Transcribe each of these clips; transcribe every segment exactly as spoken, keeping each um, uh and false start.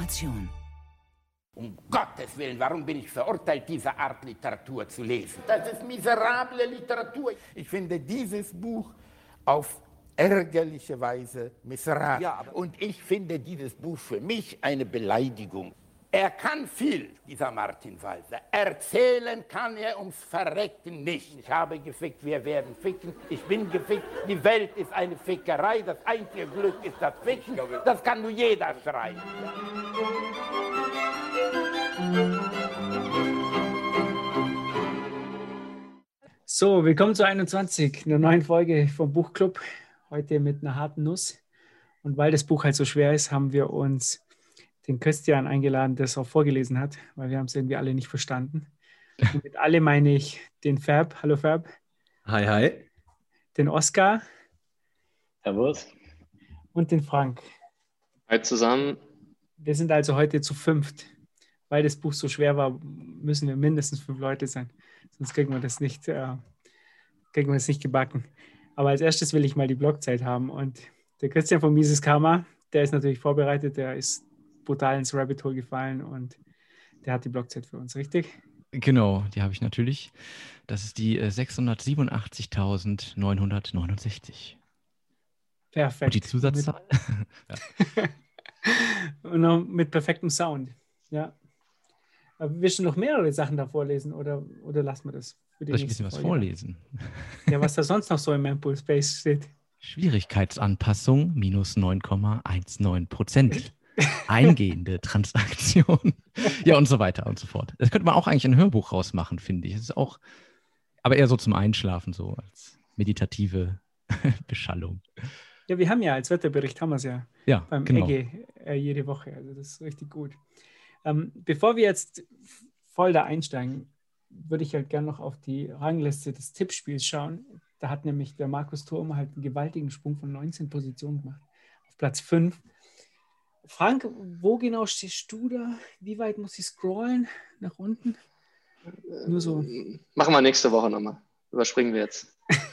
Transaktion. Um Gottes Willen, warum bin ich verurteilt, diese Art Literatur zu lesen? Das ist miserable Literatur. Ich finde dieses Buch auf ärgerliche Weise miserabel. Ja, und ich finde dieses Buch für mich eine Beleidigung. Er kann viel, dieser Martin Walser. Erzählen kann er ums Verrecken nicht. Ich habe gefickt, wir werden ficken. Ich bin gefickt, die Welt ist eine Fickerei. Das einzige Glück ist das Ficken. Das kann nur jeder schreiben. So, willkommen zu einundzwanzig, einer neuen Folge vom Buchclub. Heute mit einer harten Nuss. Und weil das Buch halt so schwer ist, haben wir uns den Christian eingeladen, der es auch vorgelesen hat, weil wir haben es irgendwie alle nicht verstanden. Und mit alle meine ich den Fab. Hallo Fab. Hi, hi. Den Oskar. Servus. Und den Frank. Hi zusammen. Wir sind also heute zu fünft. Weil das Buch so schwer war, müssen wir mindestens fünf Leute sein. Sonst kriegen wir das nicht, äh, kriegen wir das nicht gebacken. Aber als erstes will ich mal die Blockzeit haben. Und der Christian von Mises Karma, der ist natürlich vorbereitet, der ist brutal ins Rabbit Hole gefallen und der hat die Blockzeit für uns, richtig? Genau, die habe ich natürlich. Das ist die äh, sechshundertsiebenundachtzigtausendneunhundertneunundsechzig. Perfekt. Und die Zusatzzahl? Ja. Und noch mit perfektem Sound. Ja. Aber willst du noch mehrere Sachen da vorlesen oder, oder lassen wir das? Für die Soll ich ein bisschen was Folge? vorlesen? Ja, was da sonst noch so im Mempool Space steht. Schwierigkeitsanpassung minus neun Komma neunzehn Prozent. Eingehende Transaktion. Ja, und so weiter und so fort. Das könnte man auch eigentlich ein Hörbuch rausmachen, finde ich. Das ist auch, aber eher so zum Einschlafen, so als meditative Beschallung. Ja, wir haben ja als Wetterbericht, haben wir es ja, ja beim genau. E G äh, jede Woche. Also das ist richtig gut. Ähm, bevor wir jetzt voll da einsteigen, würde ich halt gerne noch auf die Rangliste des Tippspiels schauen. Da hat nämlich der Markus Thurm halt einen gewaltigen Sprung von neunzehn Positionen gemacht. Auf Platz fünf. Frank, wo genau stehst du da? Wie weit muss ich scrollen? Nach unten? Nur so. Machen wir nächste Woche nochmal. Überspringen wir jetzt.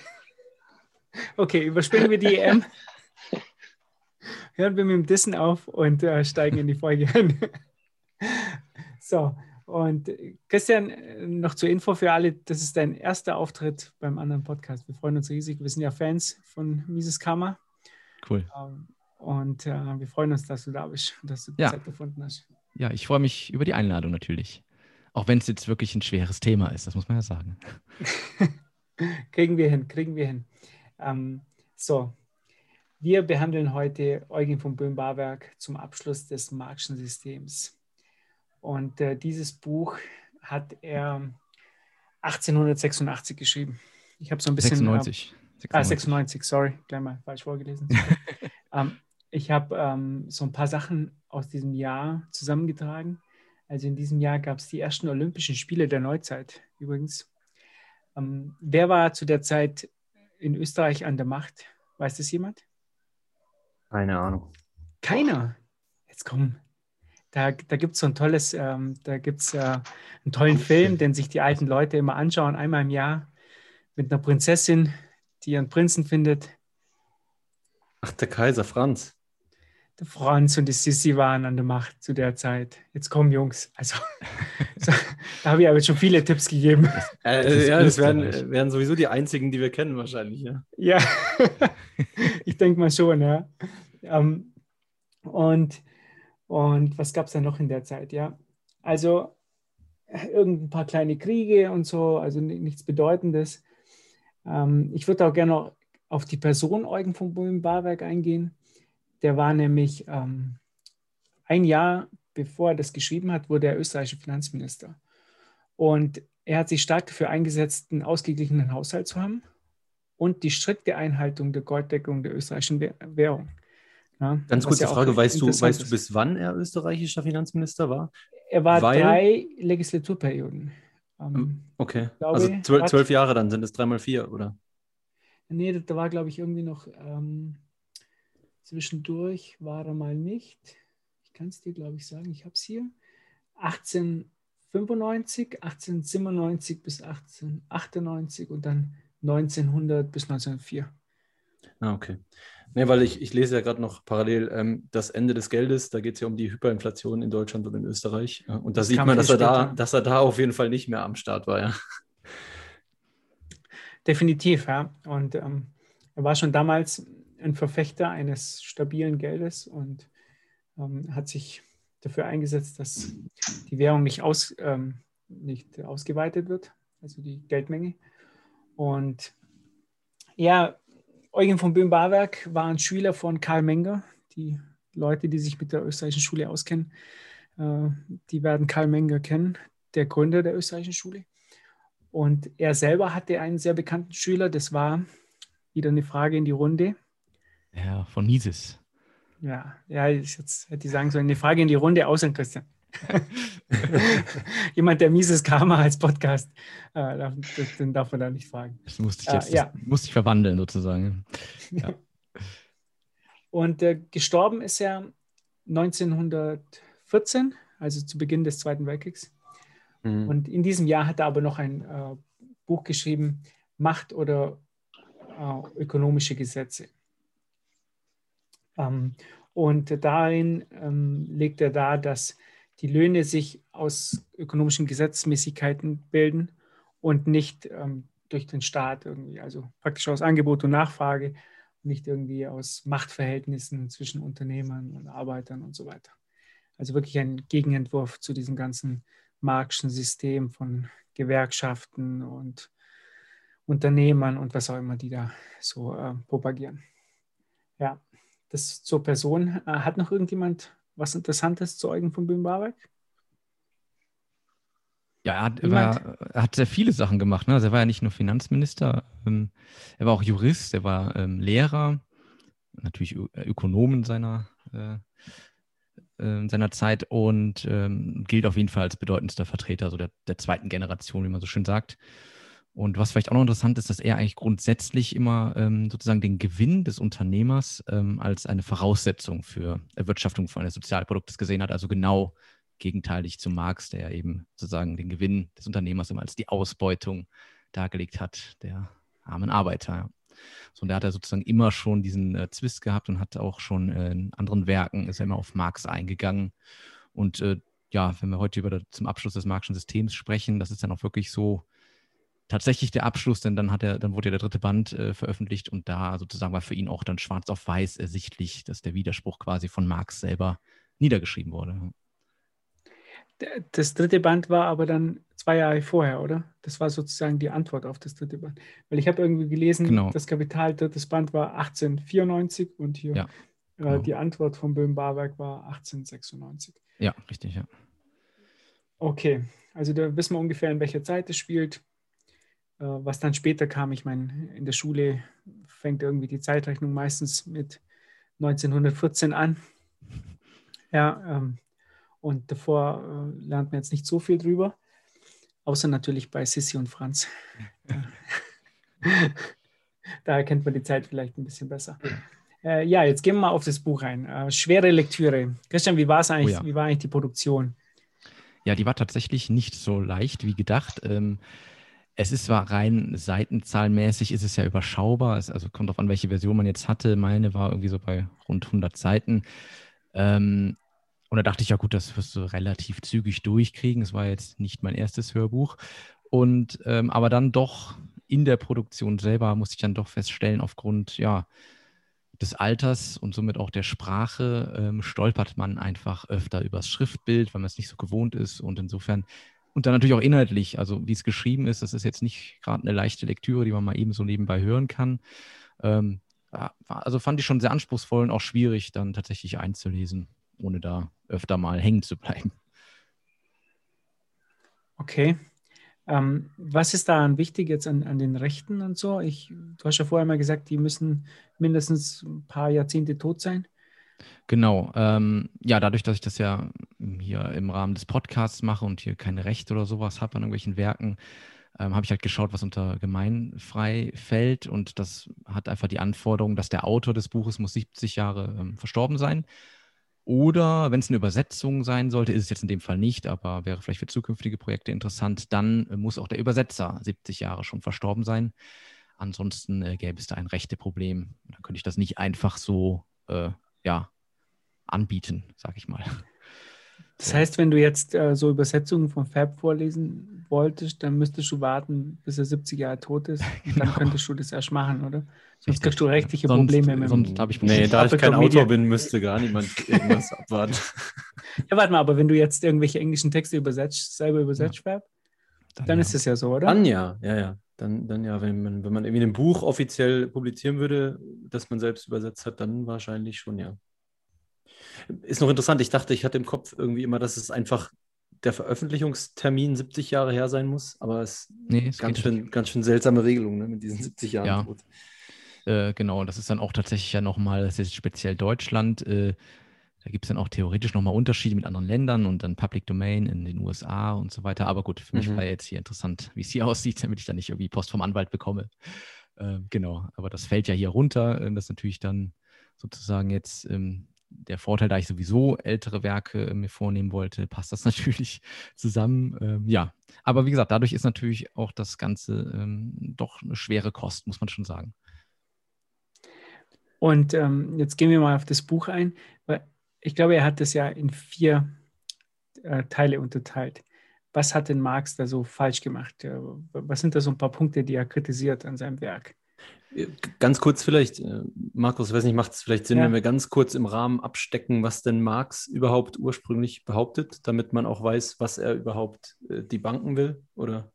Okay, überspringen wir die E M. Hören wir mit dem Dissen auf und äh, steigen in die Folge ein. So, und Christian, noch zur Info für alle, das ist dein erster Auftritt beim anderen Podcast. Wir freuen uns riesig. Wir sind ja Fans von Mises Karma. Cool. Ähm, Und äh, wir freuen uns, dass du da bist und dass du die ja. Zeit gefunden hast. Ja, ich freue mich über die Einladung natürlich. Auch wenn es jetzt wirklich ein schweres Thema ist, das muss man ja sagen. kriegen wir hin, kriegen wir hin. Ähm, so, wir behandeln heute Eugen von Böhm-Barwerk zum Abschluss des Marx'schen Systems. Und äh, dieses Buch hat er achtzehnhundertsechsundachtzig geschrieben. Ich habe so ein bisschen... sechsundneunzig. Äh, sechsundneunzig. Ah, sechsundneunzig, sorry, gleich mal falsch vorgelesen. ähm, Ich habe ähm, so ein paar Sachen aus diesem Jahr zusammengetragen. Also in diesem Jahr gab es die ersten Olympischen Spiele der Neuzeit übrigens. Ähm, wer war zu der Zeit in Österreich an der Macht? Weiß das jemand? Keine Ahnung. Keiner? Jetzt komm. Da, da gibt es so ein tolles, ähm, da gibt es äh, einen tollen Film, den sich die alten Leute immer anschauen, einmal im Jahr mit einer Prinzessin, die ihren Prinzen findet. Ach, der Kaiser Franz. Der Franz und die Sissi waren an der Macht zu der Zeit. Jetzt kommen Jungs. Also, so, da habe ich aber schon viele Tipps gegeben. Äh, das ja, das wären, wären sowieso die einzigen, die wir kennen wahrscheinlich. Ja, ja. Ich denke mal schon. Ja. Um, und, und was gab es da noch in der Zeit? Ja, also irgendein paar kleine Kriege und so, also nichts Bedeutendes. Um, ich würde auch gerne noch auf die Person Eugen von Böhm-Barwerk eingehen. Der war nämlich ähm, ein Jahr, bevor er das geschrieben hat, wurde er österreichischer Finanzminister. Und er hat sich stark dafür eingesetzt, einen ausgeglichenen Haushalt zu haben und die strikte Einhaltung der Golddeckung der österreichischen Währung. Ja, Ganz kurze ja Frage, weißt du, weißt du, bis wann er österreichischer Finanzminister war? Er war Weil... drei Legislaturperioden. Ähm, okay, glaube, also zwölf, zwölf Jahre dann sind es drei mal vier, oder? Nee, da war, glaube ich, irgendwie noch... Ähm, Zwischendurch war er mal nicht. Ich kann es dir, glaube ich, sagen. Ich habe es hier. achtzehnhundertfünfundneunzig, achtzehnhundertsiebenundneunzig bis achtzehnhundertachtundneunzig und dann neunzehnhundert bis neunzehnhundertvier. Ah, okay. Nee, weil ich, ich lese ja gerade noch parallel ähm, das Ende des Geldes, da geht es ja um die Hyperinflation in Deutschland und in Österreich. Ja, und da Das sieht kam man, viel dass er da, später. dass er da auf jeden Fall nicht mehr am Start war, ja. Definitiv, ja. Und ähm, er war schon damals ein Verfechter eines stabilen Geldes und ähm, hat sich dafür eingesetzt, dass die Währung nicht, aus, ähm, nicht ausgeweitet wird, also die Geldmenge. Und ja, Eugen von Böhm-Bawerk war ein Schüler von Karl Menger. Die Leute, die sich mit der österreichischen Schule auskennen, äh, die werden Karl Menger kennen, der Gründer der österreichischen Schule. Und er selber hatte einen sehr bekannten Schüler, das war wieder eine Frage in die Runde. Ja, von Mises. Ja, ja, ich jetzt hätte ich sagen sollen, eine Frage in die Runde, außer Christian. Jemand, der Mises Karma als Podcast, äh, den darf man da nicht fragen. Das musste ich jetzt, äh, ja. das musste ich verwandeln sozusagen. Ja. Und äh, gestorben ist er neunzehnhundertvierzehn, also zu Beginn des Zweiten Weltkriegs. Mhm. Und in diesem Jahr hat er aber noch ein äh, Buch geschrieben, Macht oder äh, ökonomische Gesetze. Ähm, und darin ähm, legt er dar, dass die Löhne sich aus ökonomischen Gesetzmäßigkeiten bilden und nicht ähm, durch den Staat irgendwie, also praktisch aus Angebot und Nachfrage, nicht irgendwie aus Machtverhältnissen zwischen Unternehmern und Arbeitern und so weiter. Also wirklich ein Gegenentwurf zu diesem ganzen marxischen System von Gewerkschaften und Unternehmern und was auch immer die da so äh, propagieren. Ja, das zur Person. Äh, hat noch irgendjemand was Interessantes zu Eugen von Böhm-Bawerk? Ja, er hat, er, war, er hat sehr viele Sachen gemacht. Ne? Also er war ja nicht nur Finanzminister, ähm, er war auch Jurist, er war ähm, Lehrer, natürlich Ö- Ökonom in seiner, äh, in seiner Zeit und ähm, gilt auf jeden Fall als bedeutendster Vertreter so der, der zweiten Generation, wie man so schön sagt. Und was vielleicht auch noch interessant ist, dass er eigentlich grundsätzlich immer ähm, sozusagen den Gewinn des Unternehmers ähm, als eine Voraussetzung für Erwirtschaftung eines Sozialproduktes gesehen hat, also genau gegenteilig zu Marx, der eben sozusagen den Gewinn des Unternehmers immer als die Ausbeutung dargelegt hat, der armen Arbeiter. Ja. So, und da hat er sozusagen immer schon diesen äh, Zwist gehabt und hat auch schon äh, in anderen Werken, ist er immer auf Marx eingegangen. Und äh, ja, wenn wir heute über das, zum Abschluss des Marxischen Systems sprechen, das ist dann auch wirklich so tatsächlich der Abschluss, denn dann hat er, dann wurde ja der dritte Band äh, veröffentlicht und da sozusagen war für ihn auch dann schwarz auf weiß ersichtlich, dass der Widerspruch quasi von Marx selber niedergeschrieben wurde. Das dritte Band war aber dann zwei Jahre vorher, oder? Das war sozusagen die Antwort auf das dritte Band. Weil ich habe irgendwie gelesen, genau. Das Kapital, drittes Band war achtzehnhundertvierundneunzig und hier ja, genau. äh, die Antwort von Böhm-Bawerk war achtzehnhundertsechsundneunzig. Ja, richtig, ja. Okay, also da wissen wir ungefähr, in welcher Zeit es spielt. Äh, was dann später kam, ich meine, in der Schule fängt irgendwie die Zeitrechnung meistens mit neunzehnhundertvierzehn an. Ja, ähm, und davor äh, lernt man jetzt nicht so viel drüber, außer natürlich bei Sissi und Franz. Da, da erkennt man die Zeit vielleicht ein bisschen besser. Äh, ja, jetzt gehen wir mal auf das Buch ein. Äh, schwere Lektüre. Christian, wie war es eigentlich? Oh ja. Wie war eigentlich die Produktion? Ja, die war tatsächlich nicht so leicht wie gedacht. Ähm, es ist zwar rein seitenzahlenmäßig, ist es ja überschaubar. Es also kommt darauf an, welche Version man jetzt hatte. Meine war irgendwie so bei rund hundert Seiten. Ähm, Und da dachte ich, ja gut, das wirst du relativ zügig durchkriegen. Es war jetzt nicht mein erstes Hörbuch. Und ähm, aber dann doch in der Produktion selber musste ich dann doch feststellen, aufgrund ja, des Alters und somit auch der Sprache ähm, stolpert man einfach öfter übers Schriftbild, weil man es nicht so gewohnt ist. Und insofern, und dann natürlich auch inhaltlich, also wie es geschrieben ist, das ist jetzt nicht gerade eine leichte Lektüre, die man mal eben so nebenbei hören kann. Ähm, also fand ich schon sehr anspruchsvoll und auch schwierig, dann tatsächlich einzulesen, ohne da öfter mal hängen zu bleiben. Okay. Ähm, was ist daran wichtig jetzt an, an den Rechten und so? Ich, du hast ja vorher mal gesagt, die müssen mindestens ein paar Jahrzehnte tot sein. Genau. Ähm, ja, dadurch, dass ich das ja hier im Rahmen des Podcasts mache und hier keine Rechte oder sowas habe an irgendwelchen Werken, ähm, habe ich halt geschaut, was unter gemeinfrei fällt. Und das hat einfach die Anforderung, dass der Autor des Buches muss siebzig Jahre ähm, verstorben sein. Oder wenn es eine Übersetzung sein sollte, ist es jetzt in dem Fall nicht, aber wäre vielleicht für zukünftige Projekte interessant, dann muss auch der Übersetzer siebzig Jahre schon verstorben sein. Ansonsten äh, gäbe es da ein Rechteproblem. Dann könnte ich das nicht einfach so äh, ja, anbieten, sag ich mal. Das heißt, wenn du jetzt äh, so Übersetzungen von Fab vorlesen wolltest, dann müsstest du warten, bis er siebzig Jahre tot ist. Und dann Genau. könntest du das erst machen, oder? Sonst Richtig. kriegst du rechtliche Sonst- Probleme mit sonst habe ich Nee, da ich Apple kein Media. Autor bin, müsste gar niemand irgendwas abwarten. Ja, warte mal, aber wenn du jetzt irgendwelche englischen Texte übersetzt, selber übersetzt, Fab, dann, ja. ist es ja so, oder? Dann ja, ja, ja. Dann, dann ja, wenn man, wenn man irgendwie ein Buch offiziell publizieren würde, das man selbst übersetzt hat, dann wahrscheinlich schon, ja. Ist noch interessant, ich dachte, ich hatte im Kopf irgendwie immer, dass es einfach der Veröffentlichungstermin siebzig Jahre her sein muss, aber es Nee, es ist ganz geht schön, ganz schön seltsame Regelung, ne, mit diesen siebzig Jahren Ja. tot. Äh, genau, das ist dann auch tatsächlich ja nochmal, das ist speziell Deutschland, äh, da gibt es dann auch theoretisch nochmal Unterschiede mit anderen Ländern und dann Public Domain in den U S A und so weiter. Aber gut, für mich Mhm. war jetzt hier interessant, wie es hier aussieht, damit ich dann nicht irgendwie Post vom Anwalt bekomme. Äh, genau, aber das fällt ja hier runter. äh, Das ist natürlich dann sozusagen jetzt ähm, der Vorteil, da ich sowieso ältere Werke äh, mir vornehmen wollte, passt das natürlich zusammen. Ähm, ja, aber wie gesagt, dadurch ist natürlich auch das Ganze ähm, doch eine schwere Kost, muss man schon sagen. Und ähm, jetzt gehen wir mal auf das Buch ein, weil ich glaube, er hat das ja in vier äh, Teile unterteilt. Was hat denn Marx da so falsch gemacht? Äh, was sind da so ein paar Punkte, die er kritisiert an seinem Werk? Ganz kurz vielleicht, äh, Markus, ich weiß nicht, macht es vielleicht Sinn, Ja. wenn wir ganz kurz im Rahmen abstecken, was denn Marx überhaupt ursprünglich behauptet, damit man auch weiß, was er überhaupt äh, debunken will, oder?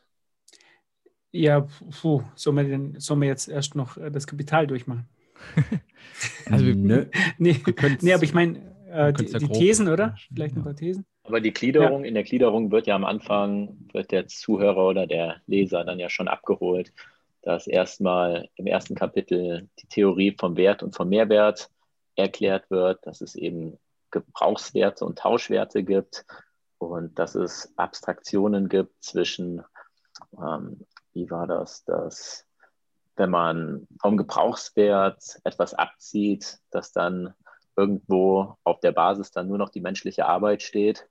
Ja, puh, sollen wir, denn, sollen wir jetzt erst noch äh, das Kapital durchmachen? Also wir- Nö. Nee, Wir können's- nee aber ich meine, äh, wir die, können's ja die grob Thesen, oder? beherrschen, Vielleicht ein ja. paar Thesen? Aber die Gliederung, in der Gliederung wird ja am Anfang, wird der Zuhörer oder der Leser dann ja schon abgeholt, dass erstmal im ersten Kapitel die Theorie vom Wert und vom Mehrwert erklärt wird, dass es eben Gebrauchswerte und Tauschwerte gibt und dass es Abstraktionen gibt zwischen, ähm, wie war das, dass wenn man vom Gebrauchswert etwas abzieht, dass dann irgendwo auf der Basis dann nur noch die menschliche Arbeit steht.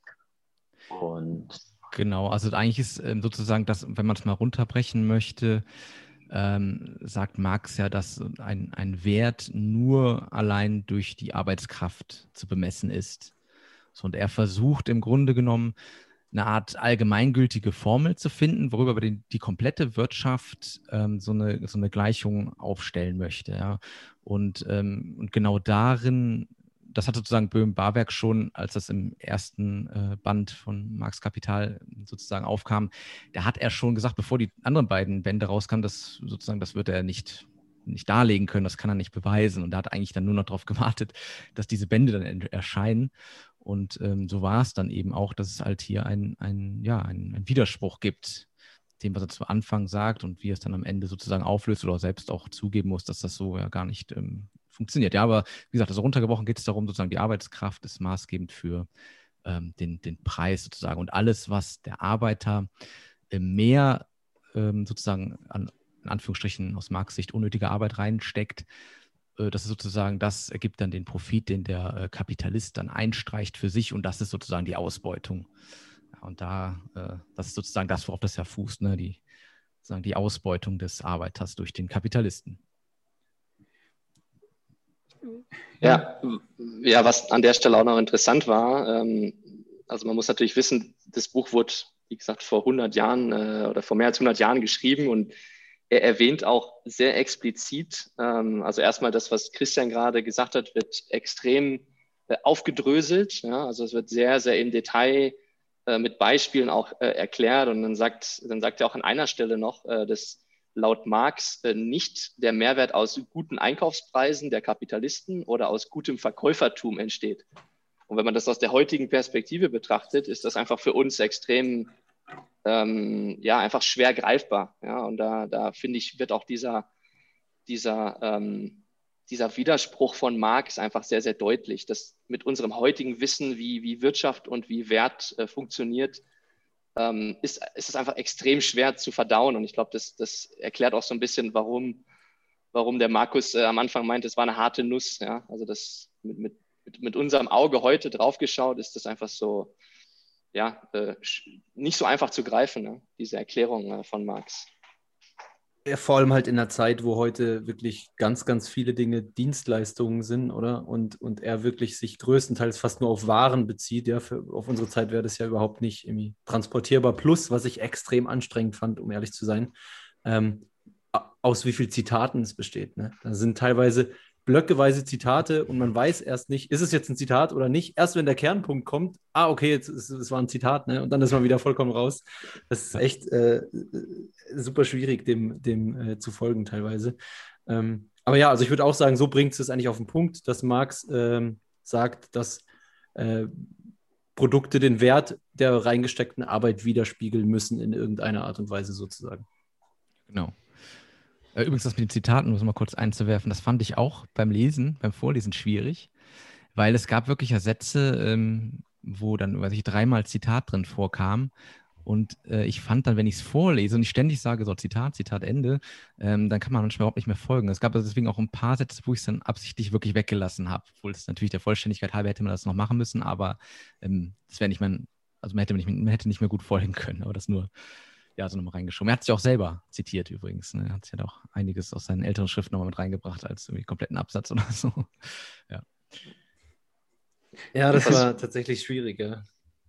Und Genau, also eigentlich ist ähm, sozusagen das, wenn man es mal runterbrechen möchte, ähm, sagt Marx ja, dass ein, ein Wert nur allein durch die Arbeitskraft zu bemessen ist. So, und er versucht im Grunde genommen eine Art allgemeingültige Formel zu finden, worüber er die, die komplette Wirtschaft ähm, so, eine, so eine Gleichung aufstellen möchte. Ja. Und, ähm, und genau darin, das hat sozusagen Böhm-Barwerk schon, als das im ersten äh, Band von Marx Kapital sozusagen aufkam, da hat er schon gesagt, bevor die anderen beiden Bände rauskamen, dass sozusagen, das wird er nicht, nicht darlegen können, das kann er nicht beweisen. Und er hat eigentlich dann nur noch darauf gewartet, dass diese Bände dann erscheinen. Und ähm, so war es dann eben auch, dass es halt hier ein, ein, ja, ein, ein Widerspruch gibt, dem, was er zu Anfang sagt und wie er es dann am Ende sozusagen auflöst oder selbst auch zugeben muss, dass das so ja gar nicht ähm, funktioniert. Ja, aber wie gesagt, also runtergebrochen geht es darum, sozusagen die Arbeitskraft ist maßgebend für ähm, den, den Preis sozusagen. Und alles, was der Arbeiter äh, mehr ähm, sozusagen an, in Anführungsstrichen aus Marx Sicht unnötige Arbeit reinsteckt, das ist sozusagen, das ergibt dann den Profit, den der äh, Kapitalist dann einstreicht für sich und das ist sozusagen die Ausbeutung. Ja, und da, äh, das ist sozusagen das, worauf das ja fußt, ne? die, sozusagen die Ausbeutung des Arbeiters durch den Kapitalisten. Ja, ja, was an der Stelle auch noch interessant war, ähm, also man muss natürlich wissen, das Buch wurde, wie gesagt, vor hundert Jahren äh, oder vor mehr als hundert Jahren geschrieben und er erwähnt auch sehr explizit, ähm, also erstmal das, was Christian gerade gesagt hat, wird extrem äh, aufgedröselt. Ja? Also es wird sehr, sehr im Detail äh, mit Beispielen auch äh, erklärt. Und dann sagt, dann sagt er auch an einer Stelle noch, äh, dass laut Marx äh, nicht der Mehrwert aus guten Einkaufspreisen der Kapitalisten oder aus gutem Verkäufertum entsteht. Und wenn man das aus der heutigen Perspektive betrachtet, ist das einfach für uns extrem Ähm, ja, einfach schwer greifbar. Ja, und da, da finde ich, wird auch dieser, dieser, ähm, dieser Widerspruch von Marx einfach sehr, sehr deutlich, dass mit unserem heutigen Wissen, wie, wie Wirtschaft und wie Wert äh, funktioniert, ähm, ist, ist es einfach extrem schwer zu verdauen. Und ich glaube, das, das erklärt auch so ein bisschen, warum, warum der Markus äh, am Anfang meint, es war eine harte Nuss. Ja? Also das mit, mit, mit unserem Auge heute draufgeschaut, ist das einfach so, ja, äh, nicht so einfach zu greifen, ne? Diese Erklärung äh, von Marx. Ja, vor allem halt in einer Zeit, wo heute wirklich ganz, ganz viele Dinge Dienstleistungen sind, oder? Und, und er wirklich sich größtenteils fast nur auf Waren bezieht. Ja, für, auf unsere Zeit wäre das ja überhaupt nicht irgendwie transportierbar. Plus, was ich extrem anstrengend fand, um ehrlich zu sein, ähm, aus wie vielen Zitaten es besteht. Ne? Da sind teilweise blöckeweise Zitate und man weiß erst nicht, ist es jetzt ein Zitat oder nicht. Erst wenn der Kernpunkt kommt, ah, okay, jetzt ist, es war ein Zitat, ne? Und dann ist man wieder vollkommen raus. Das ist echt äh, super schwierig, dem, dem äh, zu folgen teilweise. Ähm, aber ja, also ich würde auch sagen, so bringt es eigentlich auf den Punkt, dass Marx ähm, sagt, dass äh, Produkte den Wert der reingesteckten Arbeit widerspiegeln müssen in irgendeiner Art und Weise sozusagen. Genau. Übrigens, das mit den Zitaten, muss mal kurz einzuwerfen, das fand ich auch beim Lesen, beim Vorlesen schwierig, weil es gab wirklich ja Sätze, ähm, wo dann, weiß ich, dreimal Zitat drin vorkam. Und äh, ich fand dann, wenn ich es vorlese und ich ständig sage, so Zitat, Zitat, Ende, ähm, dann kann man manchmal überhaupt nicht mehr folgen. Es gab also deswegen auch ein paar Sätze, wo ich es dann absichtlich wirklich weggelassen habe, obwohl es natürlich der Vollständigkeit halber hätte man das noch machen müssen, aber ähm, das wäre nicht mein, also man hätte, nicht, man hätte nicht mehr gut folgen können, aber das nur ja, so nochmal reingeschoben. Er hat sich auch selber zitiert übrigens. Ne? Er hat sich ja auch einiges aus seinen älteren Schriften nochmal mit reingebracht als irgendwie kompletten Absatz oder so. Ja, ja das war tatsächlich schwierig, ja.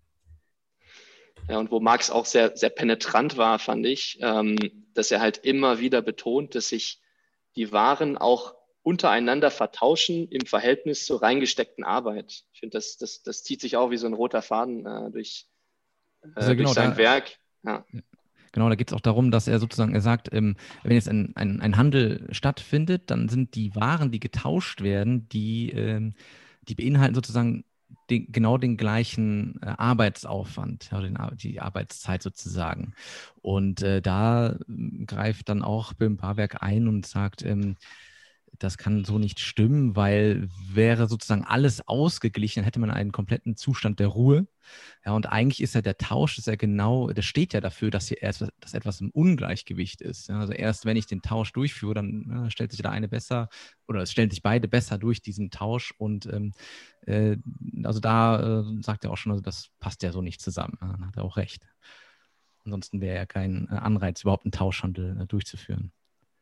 Ja, und wo Marx auch sehr, sehr penetrant war, fand ich, ähm, dass er halt immer wieder betont, dass sich die Waren auch untereinander vertauschen im Verhältnis zur reingesteckten Arbeit. Ich finde, das, das, das zieht sich auch wie so ein roter Faden äh, durch, äh, also genau, durch sein da, Werk. Ja. Genau, da geht es auch darum, dass er sozusagen, er sagt, ähm, wenn jetzt ein, ein, ein Handel stattfindet, dann sind die Waren, die getauscht werden, die, ähm, die beinhalten sozusagen den, genau den gleichen äh, Arbeitsaufwand, ja, den, die Arbeitszeit sozusagen. Und äh, da greift dann auch Böhm-Barwerk ein und sagt, ähm, das kann so nicht stimmen, weil wäre sozusagen alles ausgeglichen, dann hätte man einen kompletten Zustand der Ruhe. Ja, und eigentlich ist ja der Tausch, ist ja genau, das steht ja dafür, dass hier erst dass etwas im Ungleichgewicht ist. Ja, also erst wenn ich den Tausch durchführe, dann ja, stellt sich der eine besser oder es stellen sich beide besser durch diesen Tausch. Und ähm, äh, also da äh, sagt er auch schon, also das passt ja so nicht zusammen. Ja, dann hat er auch recht. Ansonsten wäre ja kein Anreiz, überhaupt einen Tauschhandel äh, durchzuführen.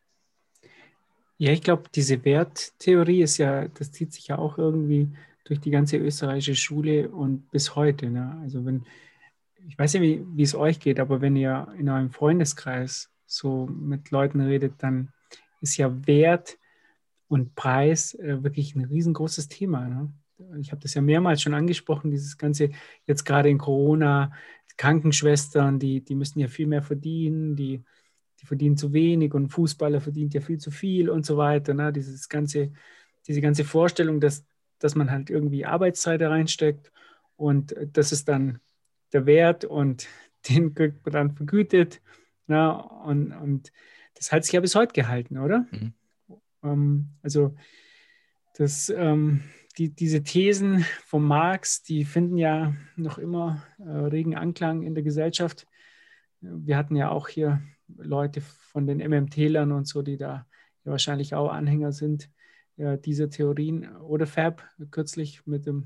Ja, ich glaube, diese Werttheorie ist ja, das zieht sich ja auch irgendwie durch die ganze österreichische Schule und bis heute. Ne? Also wenn, ich weiß nicht, wie, wie es euch geht, aber wenn ihr in eurem Freundeskreis so mit Leuten redet, dann ist ja Wert und Preis äh, wirklich ein riesengroßes Thema. Ne? Ich habe das ja mehrmals schon angesprochen, dieses ganze, jetzt gerade in Corona, Krankenschwestern, die, die müssen ja viel mehr verdienen, die die verdienen zu wenig und ein Fußballer verdient ja viel zu viel und so weiter. Ne? Dieses ganze, diese ganze Vorstellung, dass, dass man halt irgendwie Arbeitszeit reinsteckt und das ist dann der Wert und den kriegt man dann vergütet. Ne? Und, und das hat sich ja bis heute gehalten, oder? Mhm. Ähm, also das, ähm, die, diese Thesen von Marx, die finden ja noch immer äh, regen Anklang in der Gesellschaft. Wir hatten ja auch hier Leute von den M M T-Lern und so, die da ja wahrscheinlich auch Anhänger sind ja, dieser Theorien. Oder Fab, kürzlich mit dem...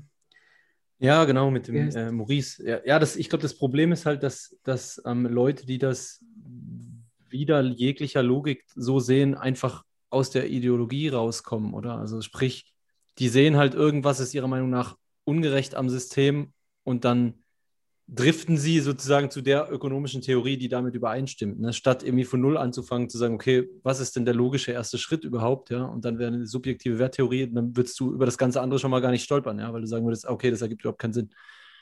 Ja, genau, mit dem äh, Maurice. Ja, ja das, ich glaube, das Problem ist halt, dass, dass ähm, Leute, die das wider jeglicher Logik so sehen, einfach aus der Ideologie rauskommen, oder? Also sprich, die sehen halt, irgendwas ist ihrer Meinung nach ungerecht am System und dann driften sie sozusagen zu der ökonomischen Theorie, die damit übereinstimmt. Ne? Statt irgendwie von Null anzufangen, zu sagen, okay, was ist denn der logische erste Schritt überhaupt? Ja? Und dann wäre eine subjektive Werttheorie, dann würdest du über das ganze andere schon mal gar nicht stolpern, ja? Weil du sagen würdest, okay, das ergibt überhaupt keinen Sinn.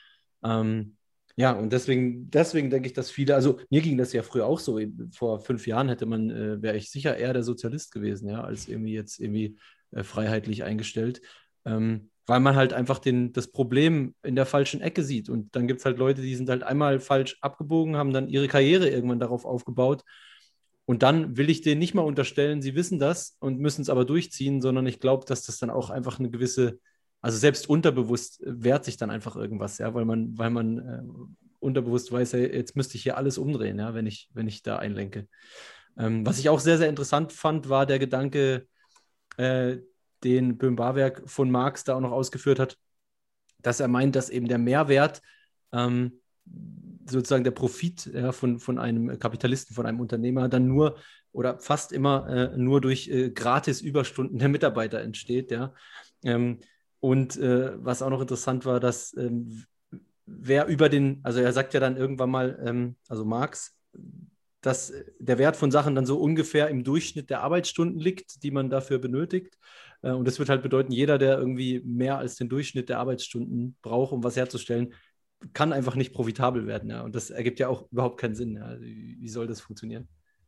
Ähm, ja, und deswegen, deswegen denke ich, dass viele, also mir ging das ja früher auch so, vor fünf Jahren hätte man, äh, wäre ich sicher eher der Sozialist gewesen, ja, als irgendwie jetzt irgendwie äh, freiheitlich eingestellt. Ähm, weil man halt einfach den, das Problem in der falschen Ecke sieht. Und dann gibt es halt Leute, die sind halt einmal falsch abgebogen, haben dann ihre Karriere irgendwann darauf aufgebaut. Und dann will ich denen nicht mal unterstellen, sie wissen das und müssen es aber durchziehen, sondern ich glaube, dass das dann auch einfach eine gewisse, also selbst unterbewusst wehrt sich dann einfach irgendwas, ja, weil man, weil man äh, unterbewusst weiß, hey, jetzt müsste ich hier alles umdrehen, ja, wenn ich, wenn ich da einlenke. Ähm, was ich auch sehr, sehr interessant fand, war der Gedanke, äh, den Böhm-Barwerk von Marx da auch noch ausgeführt hat, dass er meint, dass eben der Mehrwert, ähm, sozusagen der Profit ja, von, von einem Kapitalisten, von einem Unternehmer, dann nur oder fast immer äh, nur durch äh, Gratis-Überstunden der Mitarbeiter entsteht. Ja? Ähm, und äh, was auch noch interessant war, dass ähm, wer über den, also er sagt ja dann irgendwann mal, ähm, also Marx, dass der Wert von Sachen dann so ungefähr im Durchschnitt der Arbeitsstunden liegt, die man dafür benötigt. Äh, und das wird halt bedeuten, jeder, der irgendwie mehr als den Durchschnitt der Arbeitsstunden braucht, um was herzustellen, kann einfach nicht profitabel werden. Ja? Und das ergibt ja auch überhaupt keinen Sinn. Ja? Wie, wie soll das funktionieren?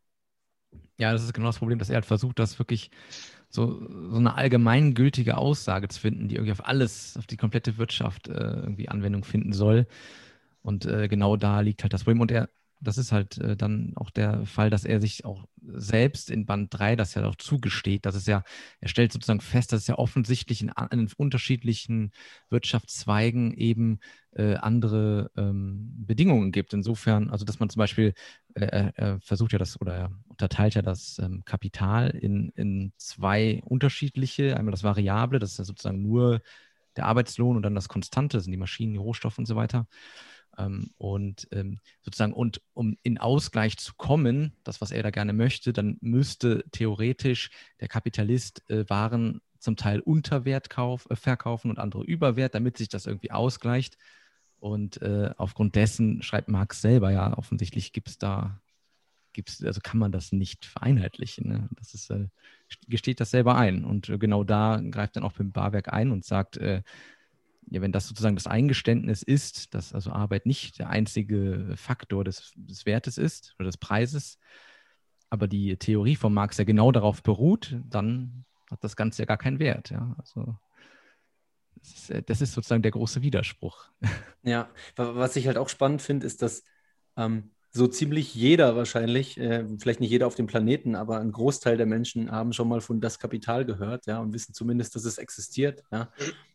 Ja, das ist genau das Problem, dass er halt versucht, das wirklich so, so eine allgemeingültige Aussage zu finden, die irgendwie auf alles, auf die komplette Wirtschaft äh, irgendwie Anwendung finden soll. Und äh, genau da liegt halt das Problem. Und er, das ist halt äh, dann auch der Fall, dass er sich auch selbst in Band drei das ja auch zugesteht. Das ist ja, er stellt sozusagen fest, dass es ja offensichtlich in, in unterschiedlichen Wirtschaftszweigen eben äh, andere ähm, Bedingungen gibt. Insofern, also dass man zum Beispiel, äh, er versucht ja das, oder er unterteilt ja das ähm, Kapital in, in zwei unterschiedliche, einmal das Variable, das ist ja sozusagen nur der Arbeitslohn, und dann das Konstante, das sind die Maschinen, die Rohstoffe und so weiter. Ähm, und ähm, sozusagen, und um in Ausgleich zu kommen, das, was er da gerne möchte, dann müsste theoretisch der Kapitalist äh, Waren zum Teil unter Wert kauf, äh, verkaufen und andere über Wert, damit sich das irgendwie ausgleicht. Und äh, aufgrund dessen schreibt Marx selber, ja, offensichtlich gibt es da, gibt's, also kann man das nicht vereinheitlichen. Ne? Das ist, äh, gesteht das selber ein. Und äh, genau da greift dann auch Böhm-Barwerk ein und sagt, äh, ja, wenn das sozusagen das Eingeständnis ist, dass also Arbeit nicht der einzige Faktor des, des Wertes ist oder des Preises, aber die Theorie von Marx ja genau darauf beruht, dann hat das Ganze ja gar keinen Wert. Ja? Also das ist, das ist sozusagen der große Widerspruch. Ja, was ich halt auch spannend finde, ist, dass ähm, so ziemlich jeder wahrscheinlich, äh, vielleicht nicht jeder auf dem Planeten, aber ein Großteil der Menschen haben schon mal von Das Kapital gehört, ja, und wissen zumindest, dass es existiert, ja.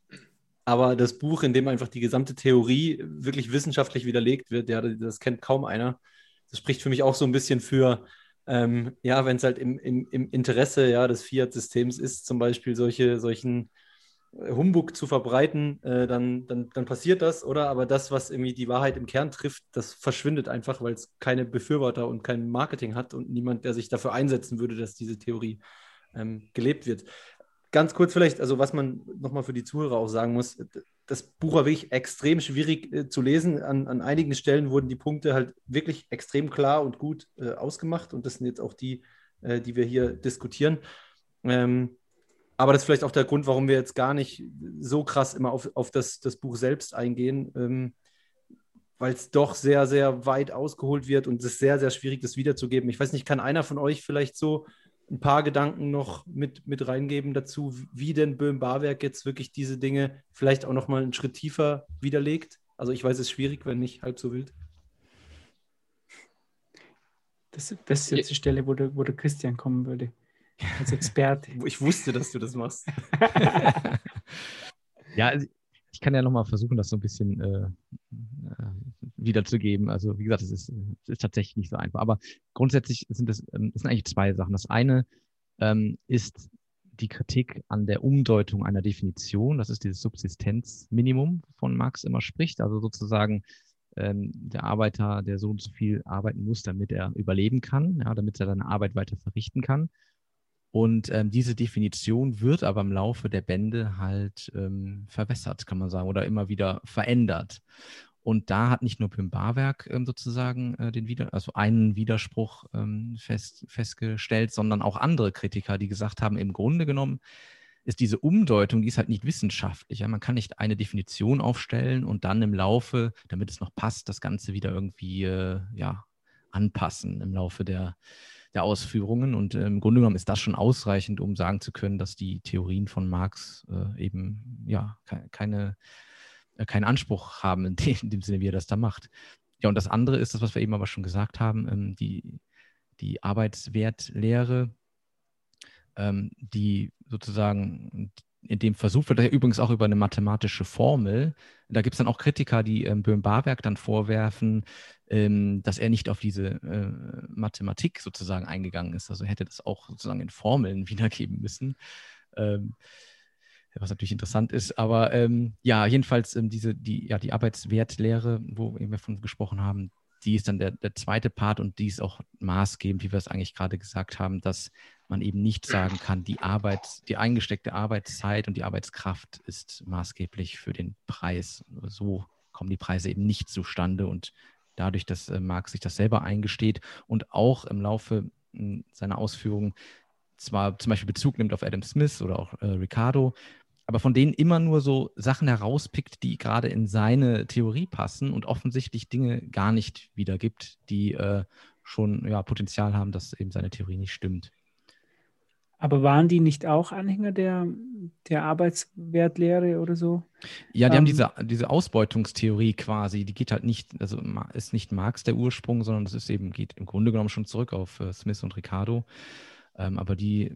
Aber das Buch, in dem einfach die gesamte Theorie wirklich wissenschaftlich widerlegt wird, ja, das kennt kaum einer. Das spricht für mich auch so ein bisschen für, ähm, ja, wenn es halt im, im, im Interesse, ja, des Fiat-Systems ist, zum Beispiel solche, solchen Humbug zu verbreiten, äh, dann, dann, dann passiert das, oder? Aber das, was irgendwie die Wahrheit im Kern trifft, das verschwindet einfach, weil es keine Befürworter und kein Marketing hat und niemand, der sich dafür einsetzen würde, dass diese Theorie ähm, gelebt wird. Ganz kurz vielleicht, also was man nochmal für die Zuhörer auch sagen muss, das Buch war wirklich extrem schwierig äh, zu lesen. An, an einigen Stellen wurden die Punkte halt wirklich extrem klar und gut äh, ausgemacht, und das sind jetzt auch die, äh, die wir hier diskutieren. Ähm, aber das ist vielleicht auch der Grund, warum wir jetzt gar nicht so krass immer auf, auf das, das Buch selbst eingehen, ähm, weil es doch sehr, sehr weit ausgeholt wird und es ist sehr, sehr schwierig, das wiederzugeben. Ich weiß nicht, kann einer von euch vielleicht so ein paar Gedanken noch mit, mit reingeben dazu, wie denn Böhm-Barwerk jetzt wirklich diese Dinge vielleicht auch nochmal einen Schritt tiefer widerlegt? Also ich weiß, es ist schwierig, wenn nicht halb so wild. Das, das ist jetzt die Stelle, wo der, wo der Christian kommen würde, als Experte. Ich wusste, dass du das machst. Ja, also ich kann ja nochmal versuchen, das so ein bisschen äh, wiederzugeben. Also wie gesagt, es ist, es ist tatsächlich nicht so einfach. Aber grundsätzlich sind es, ähm, es sind eigentlich zwei Sachen. Das eine ähm, ist die Kritik an der Umdeutung einer Definition. Das ist dieses Subsistenzminimum, wovon Marx immer spricht. Also sozusagen ähm, der Arbeiter, der so und so viel arbeiten muss, damit er überleben kann, ja, damit er seine Arbeit weiter verrichten kann. Und ähm, diese Definition wird aber im Laufe der Bände halt ähm, verwässert, kann man sagen, oder immer wieder verändert. Und da hat nicht nur Böhm-Barwerk ähm, sozusagen äh, den Wider- also einen Widerspruch ähm, fest, festgestellt, sondern auch andere Kritiker, die gesagt haben, im Grunde genommen ist diese Umdeutung, die ist halt nicht wissenschaftlich. Ja? Man kann nicht eine Definition aufstellen und dann im Laufe, damit es noch passt, das Ganze wieder irgendwie äh, ja, anpassen im Laufe der der Ausführungen. Und äh, im Grunde genommen ist das schon ausreichend, um sagen zu können, dass die Theorien von Marx äh, eben ja ke- keine, äh, keinen Anspruch haben in dem, in dem Sinne, wie er das da macht. Ja, und das andere ist das, was wir eben aber schon gesagt haben, ähm, die, die Arbeitswertlehre, ähm, die sozusagen in dem versucht wird, übrigens auch über eine mathematische Formel. Da gibt es dann auch Kritiker, die ähm, Böhm-Barwerk dann vorwerfen, ähm, dass er nicht auf diese äh, Mathematik sozusagen eingegangen ist. Also er hätte das auch sozusagen in Formeln wiedergeben müssen. Ähm, was natürlich interessant ist. Aber ähm, ja, jedenfalls ähm, diese, die, ja, die Arbeitswertlehre, wo wir von gesprochen haben, die ist dann der, der zweite Part und die ist auch maßgebend, wie wir es eigentlich gerade gesagt haben, dass man eben nicht sagen kann, die Arbeit, die eingesteckte Arbeitszeit und die Arbeitskraft ist maßgeblich für den Preis. So kommen die Preise eben nicht zustande und dadurch, dass äh, Marx sich das selber eingesteht und auch im Laufe mh, seiner Ausführungen zwar zum Beispiel Bezug nimmt auf Adam Smith oder auch äh, Ricardo, aber von denen immer nur so Sachen herauspickt, die gerade in seine Theorie passen und offensichtlich Dinge gar nicht wiedergibt, die äh, schon ja, Potenzial haben, dass eben seine Theorie nicht stimmt. Aber waren die nicht auch Anhänger der, der Arbeitswertlehre oder so? Ja, die ähm, haben diese, diese Ausbeutungstheorie quasi, die geht halt nicht, also ist nicht Marx der Ursprung, sondern das ist eben, geht im Grunde genommen schon zurück auf äh, Smith und Ricardo. Ähm, aber die,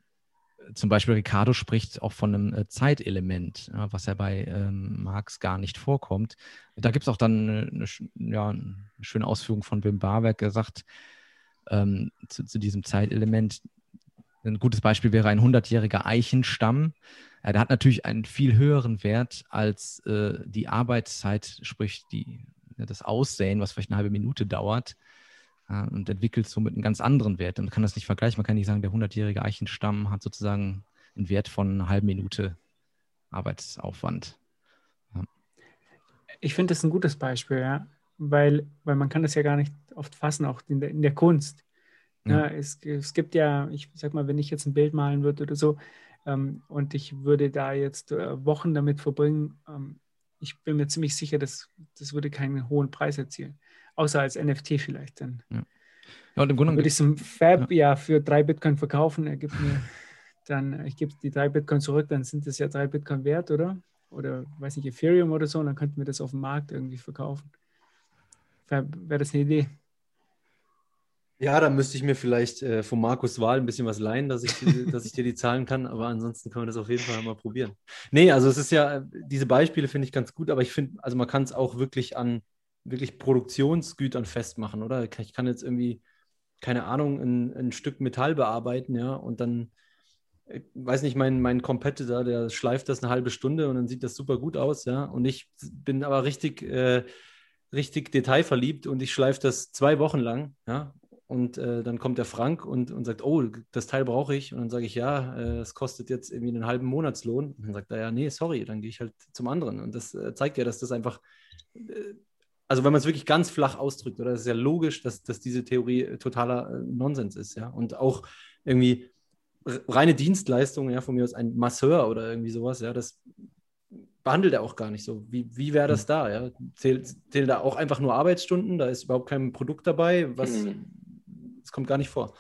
zum Beispiel Ricardo spricht auch von einem äh, Zeitelement, ja, was ja bei ähm, Marx gar nicht vorkommt. Da gibt es auch dann eine, eine, ja, eine schöne Ausführung von Wim Barwerk, der sagt, ähm, zu, zu diesem Zeitelement, ein gutes Beispiel wäre ein hundertjähriger Eichenstamm. Ja, der hat natürlich einen viel höheren Wert als äh, die Arbeitszeit, sprich die, ja, das Aussäen, was vielleicht eine halbe Minute dauert, ja, und entwickelt somit einen ganz anderen Wert. Und man kann das nicht vergleichen. Man kann nicht sagen, der hundertjährige Eichenstamm hat sozusagen einen Wert von einer halben Minute Arbeitsaufwand. Ja. Ich finde das ein gutes Beispiel, ja, weil, weil man kann das ja gar nicht oft fassen, auch in der, in der Kunst. Ja. Ja, es, es gibt ja, ich sag mal, wenn ich jetzt ein Bild malen würde oder so ähm, und ich würde da jetzt äh, Wochen damit verbringen, ähm, ich bin mir ziemlich sicher, dass das würde keinen hohen Preis erzielen, außer als N F T vielleicht dann. Ja. Ja, und im Grunde würde ich es im Fab ja. ja für drei Bitcoin verkaufen, er gibt mir dann, ich gebe die drei Bitcoin zurück, dann sind das ja drei Bitcoin wert, oder? Oder, weiß nicht, Ethereum oder so, und dann könnten wir das auf dem Markt irgendwie verkaufen. Wäre wär das eine Idee? Ja, da müsste ich mir vielleicht äh, von Markus Wahl ein bisschen was leihen, dass ich, dass ich dir die zahlen kann, aber ansonsten können wir das auf jeden Fall mal probieren. Nee, also es ist ja, diese Beispiele finde ich ganz gut, aber ich finde, also man kann es auch wirklich an wirklich Produktionsgütern festmachen, oder? Ich kann jetzt irgendwie, keine Ahnung, ein, ein Stück Metall bearbeiten, ja, und dann, ich weiß nicht, mein, mein Competitor, der schleift das eine halbe Stunde und dann sieht das super gut aus, ja, und ich bin aber richtig, äh, richtig detailverliebt und ich schleife das zwei Wochen lang, ja. Und äh, dann kommt der Frank und, und sagt, oh, das Teil brauche ich. Und dann sage ich, ja, es äh, kostet jetzt irgendwie einen halben Monatslohn. Und dann sagt er, ja, nee, sorry, dann gehe ich halt zum anderen. Und das äh, zeigt ja, dass das einfach, äh, also wenn man es wirklich ganz flach ausdrückt, oder, das ist ja logisch, dass, dass diese Theorie totaler äh, Nonsens ist, ja. Und auch irgendwie reine Dienstleistungen, ja, von mir aus ein Masseur oder irgendwie sowas, ja, das behandelt er auch gar nicht so. Wie, wie wäre das da, ja? Zählt, zählt da auch einfach nur Arbeitsstunden? Da ist überhaupt kein Produkt dabei, was... Mhm. Das kommt gar nicht vor.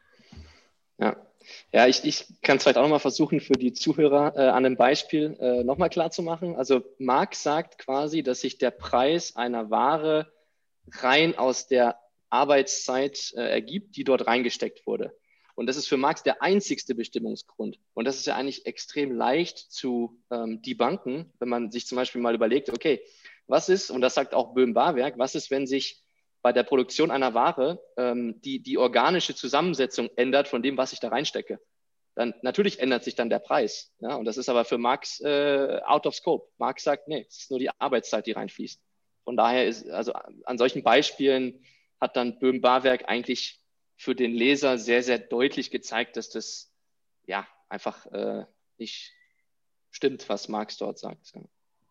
Ja, ja ich, ich kann es vielleicht auch nochmal versuchen, für die Zuhörer äh, an einem Beispiel äh, nochmal klar zu machen. Also Marx sagt quasi, dass sich der Preis einer Ware rein aus der Arbeitszeit äh, ergibt, die dort reingesteckt wurde. Und das ist für Marx der einzigste Bestimmungsgrund. Und das ist ja eigentlich extrem leicht zu ähm, debunken, wenn man sich zum Beispiel mal überlegt, okay, was ist, und das sagt auch Böhm-Barwerk, was ist, wenn sich bei der Produktion einer Ware ähm, die, die organische Zusammensetzung ändert von dem, was ich da reinstecke? Dann natürlich ändert sich dann der Preis. Ja? Und das ist aber für Marx äh, out of scope. Marx sagt, nee, es ist nur die Arbeitszeit, die reinfließt. Von daher ist, also an solchen Beispielen hat dann Böhm-Barwerk eigentlich für den Leser sehr, sehr deutlich gezeigt, dass das ja einfach äh, nicht stimmt, was Marx dort sagt. Ja.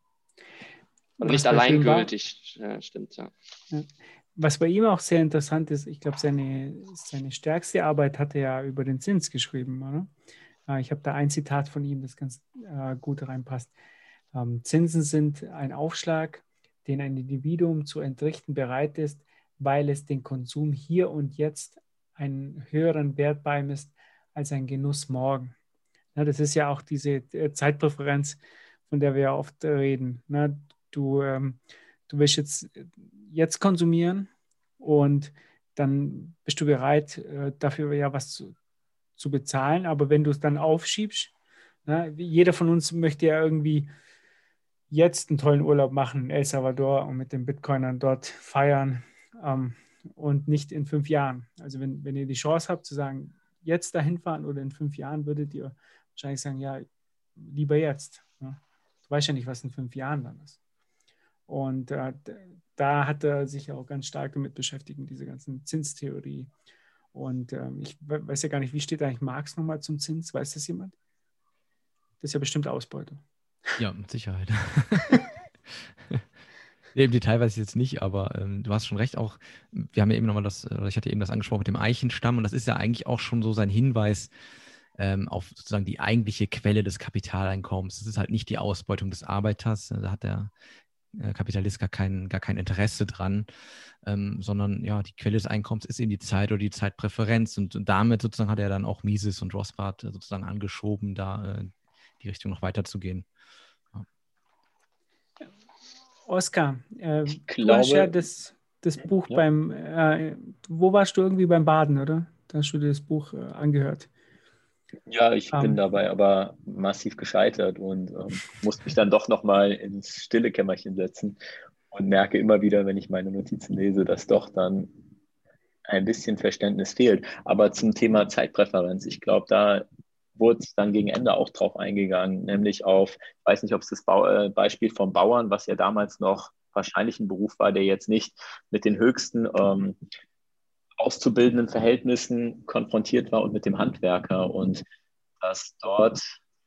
Oder nicht alleingültig ja, stimmt, ja. ja. Was bei ihm auch sehr interessant ist, ich glaube, seine, seine stärkste Arbeit hat er ja über den Zins geschrieben, oder? Ich habe da ein Zitat von ihm, das ganz äh, gut reinpasst. Ähm, Zinsen sind ein Aufschlag, den ein Individuum zu entrichten bereit ist, weil es den Konsum hier und jetzt einen höheren Wert beimisst als ein Genuss morgen. Ja, das ist ja auch diese Zeitpräferenz, von der wir ja oft reden. Ne? Du, ähm, du willst jetzt, jetzt konsumieren und dann bist du bereit, äh, dafür ja was zu, zu bezahlen. Aber wenn du es dann aufschiebst, ne? Jeder von uns möchte ja irgendwie jetzt einen tollen Urlaub machen in El Salvador und mit den Bitcoinern dort feiern ähm, und nicht in fünf Jahren. Also wenn, wenn ihr die Chance habt zu sagen, jetzt dahin fahren oder in fünf Jahren, würdet ihr wahrscheinlich sagen, ja, lieber jetzt. Ne? Du weißt ja nicht, was in fünf Jahren dann ist. Und äh, da hat er sich auch ganz stark damit beschäftigt, mit dieser ganzen Zinstheorie. Und ähm, ich weiß ja gar nicht, wie steht eigentlich Marx nochmal zum Zins? Weiß das jemand? Das ist ja bestimmt Ausbeutung. Ja, mit Sicherheit. Im Detail weiß ich jetzt nicht, aber ähm, du hast schon recht, auch, wir haben ja eben nochmal das, oder ich hatte eben das angesprochen mit dem Eichenstamm, und das ist ja eigentlich auch schon so sein Hinweis ähm, auf sozusagen die eigentliche Quelle des Kapitaleinkommens. Das ist halt nicht die Ausbeutung des Arbeiters, da hat der äh, Kapitalist gar kein, gar kein Interesse dran, ähm, sondern ja, die Quelle des Einkommens ist eben die Zeit oder die Zeitpräferenz, und, und damit sozusagen hat er dann auch Mises und Rothbard äh, sozusagen angeschoben, da äh, die Richtung noch weiterzugehen. Oskar, äh, Ich du hast ja glaube, das, das Buch ja. beim, äh, wo warst du irgendwie beim Baden, oder? Da hast du dir das Buch äh, angehört. Ja, ich bin Ähm, dabei aber massiv gescheitert und ähm, musste mich dann doch nochmal ins stille Kämmerchen setzen und merke immer wieder, wenn ich meine Notizen lese, dass doch dann ein bisschen Verständnis fehlt. Aber zum Thema Zeitpräferenz, ich glaube, da wurde es dann gegen Ende auch drauf eingegangen, nämlich auf, ich weiß nicht, ob es das Bau, äh, Beispiel vom Bauern, was ja damals noch wahrscheinlich ein Beruf war, der jetzt nicht mit den höchsten ähm, auszubildenden Verhältnissen konfrontiert war und mit dem Handwerker, und dass dort,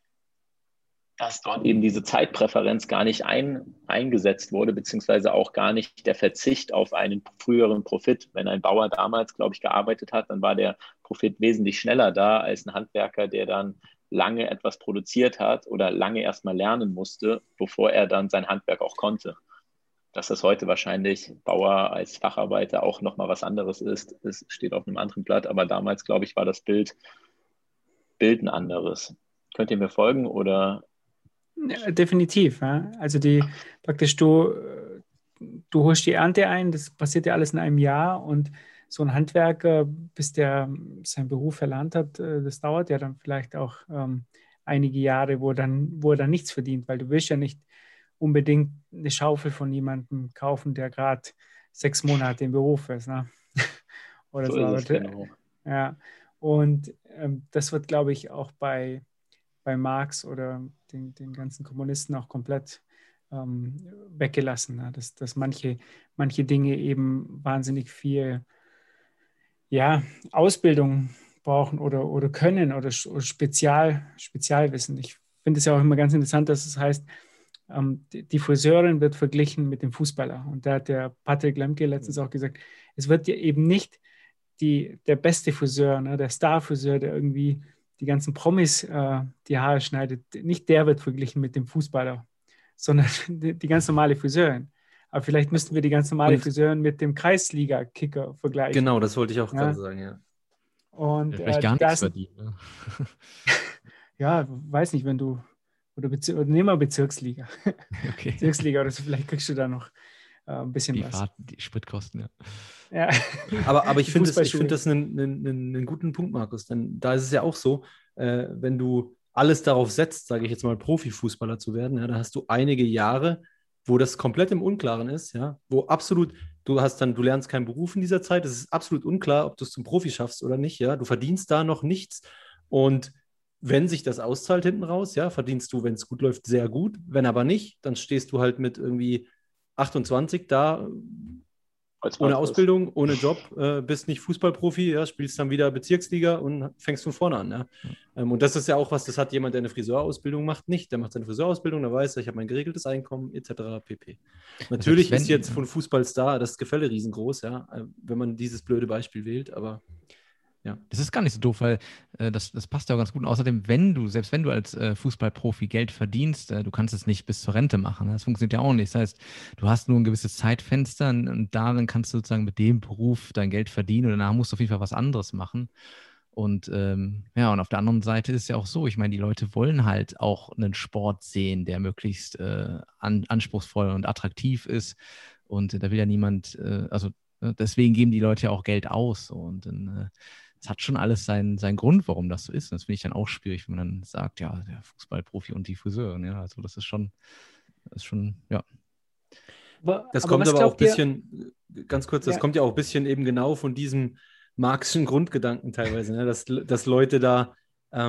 dass dort eben diese Zeitpräferenz gar nicht ein, eingesetzt wurde, beziehungsweise auch gar nicht der Verzicht auf einen früheren Profit. Wenn ein Bauer damals, glaube ich, gearbeitet hat, dann war der Profit wesentlich schneller da als ein Handwerker, der dann lange etwas produziert hat oder lange erstmal lernen musste, bevor er dann sein Handwerk auch konnte. Dass das heute wahrscheinlich Bauer als Facharbeiter auch nochmal was anderes ist, es steht auf einem anderen Blatt, aber damals, glaube ich, war das Bild, Bild ein anderes. Könnt ihr mir folgen oder? ja, definitiv. Ja. Also die praktisch du, äh, du holst die Ernte ein, das passiert ja alles in einem Jahr, und so ein Handwerker, bis der seinen Beruf erlernt hat, äh, das dauert ja dann vielleicht auch ähm, einige Jahre, wo, dann, wo er dann nichts verdient, weil du willst ja nicht unbedingt eine Schaufel von jemandem kaufen, der gerade sechs Monate im Beruf ist. Ne? Oder So so. ist Aber, es, genau. ja. Und ähm, das wird, glaube ich, auch bei, bei Marx oder den, den ganzen Kommunisten auch komplett ähm, weggelassen. Ne? Dass, dass manche, manche Dinge eben wahnsinnig viel ja, Ausbildung brauchen oder, oder können oder, oder Spezial, Spezialwissen. Ich finde es ja auch immer ganz interessant, dass es heißt, ähm, die, die Friseurin wird verglichen mit dem Fußballer. Und da hat der Patrick Lemke letztens auch gesagt, es wird ja eben nicht die, der beste Friseur, ne, der Star-Friseur, der irgendwie die ganzen Promis äh, die Haare schneidet, nicht der wird verglichen mit dem Fußballer, sondern die, die ganz normale Friseurin. Aber vielleicht müssten wir die ganz normale Und Friseurin mit dem Kreisliga-Kicker vergleichen. genau, das wollte ich auch Ja. gerade sagen, ja. Und Vielleicht äh, gar nichts das, verdient. Ne? ja, weiß nicht, wenn du, oder, Bezir oder nehmen wir Bezirksliga. Okay. Bezirksliga oder so, vielleicht kriegst du da noch äh, ein bisschen Die was. Fahrt, die Spritkosten, ja. Ja. Aber, aber ich Die finde das, ich Fußballschuhe. find das einen, einen, einen guten Punkt, Markus, denn da ist es ja auch so, äh, wenn du alles darauf setzt, sage ich jetzt mal, Profifußballer zu werden, ja, da hast du einige Jahre, wo das komplett im Unklaren ist, ja, wo absolut, du hast dann, du lernst keinen Beruf in dieser Zeit, es ist absolut unklar, ob du es zum Profi schaffst oder nicht, ja, du verdienst da noch nichts, und wenn sich das auszahlt hinten raus, ja, verdienst du, wenn es gut läuft, sehr gut, wenn aber nicht, dann stehst du halt mit irgendwie achtundzwanzig da, Als ohne Matrix. Ausbildung, ohne Job, äh, bist nicht Fußballprofi, ja, spielst dann wieder Bezirksliga und fängst von vorne an. Ja. Ähm, und das ist ja auch was, das hat jemand, der eine Friseurausbildung macht, nicht. Der macht seine Friseurausbildung, der weiß, ich habe mein geregeltes Einkommen, et cetera pp. Natürlich wenn- ist jetzt von Fußballstar das Gefälle riesengroß, ja, äh, wenn man dieses blöde Beispiel wählt, aber ja. Das ist gar nicht so doof, weil äh, das, das passt ja auch ganz gut. Und außerdem, wenn du, selbst wenn du als äh, Fußballprofi Geld verdienst, äh, du kannst es nicht bis zur Rente machen. Ne? Das funktioniert ja auch nicht. Das heißt, du hast nur ein gewisses Zeitfenster, und, und darin kannst du sozusagen mit dem Beruf dein Geld verdienen, und danach musst du auf jeden Fall was anderes machen. Und ähm, ja, und auf der anderen Seite ist es ja auch so, ich meine, die Leute wollen halt auch einen Sport sehen, der möglichst äh, an, anspruchsvoll und attraktiv ist. Und äh, da will ja niemand, äh, also äh, deswegen geben die Leute ja auch Geld aus. So. Und dann äh, es hat schon alles seinen, seinen Grund, warum das so ist. Und das finde ich dann auch schwierig, wenn man dann sagt, ja, der Fußballprofi und die Friseurin. Ja, also das ist schon, das ist schon, ja. Aber, Das aber kommt was aber auch ein glaubt ihr- bisschen, ganz kurz, das Ja. kommt ja auch ein bisschen eben genau von diesem marxischen Grundgedanken teilweise, ne? dass, dass Leute da ähm,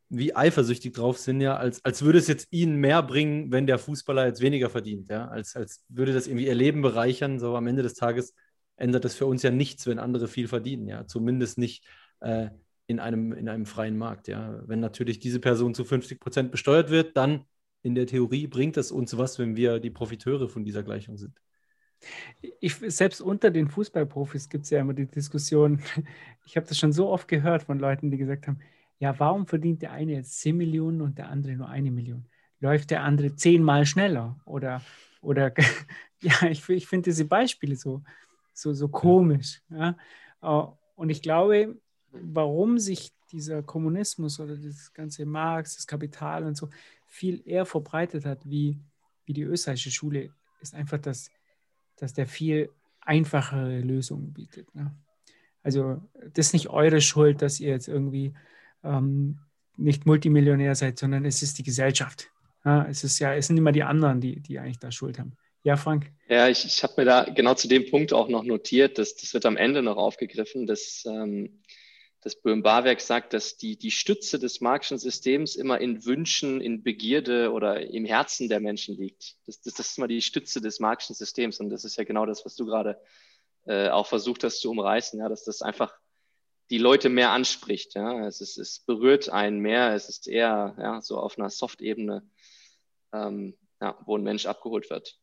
wie eifersüchtig drauf sind, ja, als, als würde es jetzt ihnen mehr bringen, wenn der Fußballer jetzt weniger verdient, ja, als, als würde das irgendwie ihr Leben bereichern. So am Ende des Tages ändert das für uns ja nichts, wenn andere viel verdienen, ja, zumindest nicht äh, in einem, in einem freien Markt, ja. Wenn natürlich diese Person zu fünfzig Prozent besteuert wird, dann in der Theorie bringt es uns was, wenn wir die Profiteure von dieser Gleichung sind. Ich, selbst unter den Fußballprofis gibt es ja immer die Diskussion, ich habe das schon so oft gehört von Leuten, die gesagt haben, ja, warum verdient der eine jetzt zehn Millionen und der andere nur eine Million? Läuft der andere zehnmal schneller? Oder, oder ja, ich, ich finde diese Beispiele so, so, so komisch. Ja? Und ich glaube, warum sich dieser Kommunismus oder das ganze Marx, das Kapital und so viel eher verbreitet hat, wie, wie die österreichische Schule, ist einfach, dass, dass der viel einfachere Lösungen bietet. Ne? Also das ist nicht eure Schuld, dass ihr jetzt irgendwie ähm, nicht Multimillionär seid, sondern es ist die Gesellschaft. Ja, es ist ja, es sind immer die anderen, die, die eigentlich da Schuld haben. Ja, Frank? Ja, ich, ich habe mir da genau zu dem Punkt auch noch notiert, dass das wird am Ende noch aufgegriffen, dass ähm, das Böhm-Barwerk sagt, dass die, die Stütze des Marxischen Systems immer in Wünschen, in Begierde oder im Herzen der Menschen liegt. Das, das, das ist immer die Stütze des Marxischen Systems und das ist ja genau das, was du gerade äh, auch versucht hast zu umreißen, ja, dass das einfach die Leute mehr anspricht. Ja. Es, ist, es berührt einen mehr, es ist eher ja, so auf einer Soft-Ebene, ähm, ja, wo ein Mensch abgeholt wird.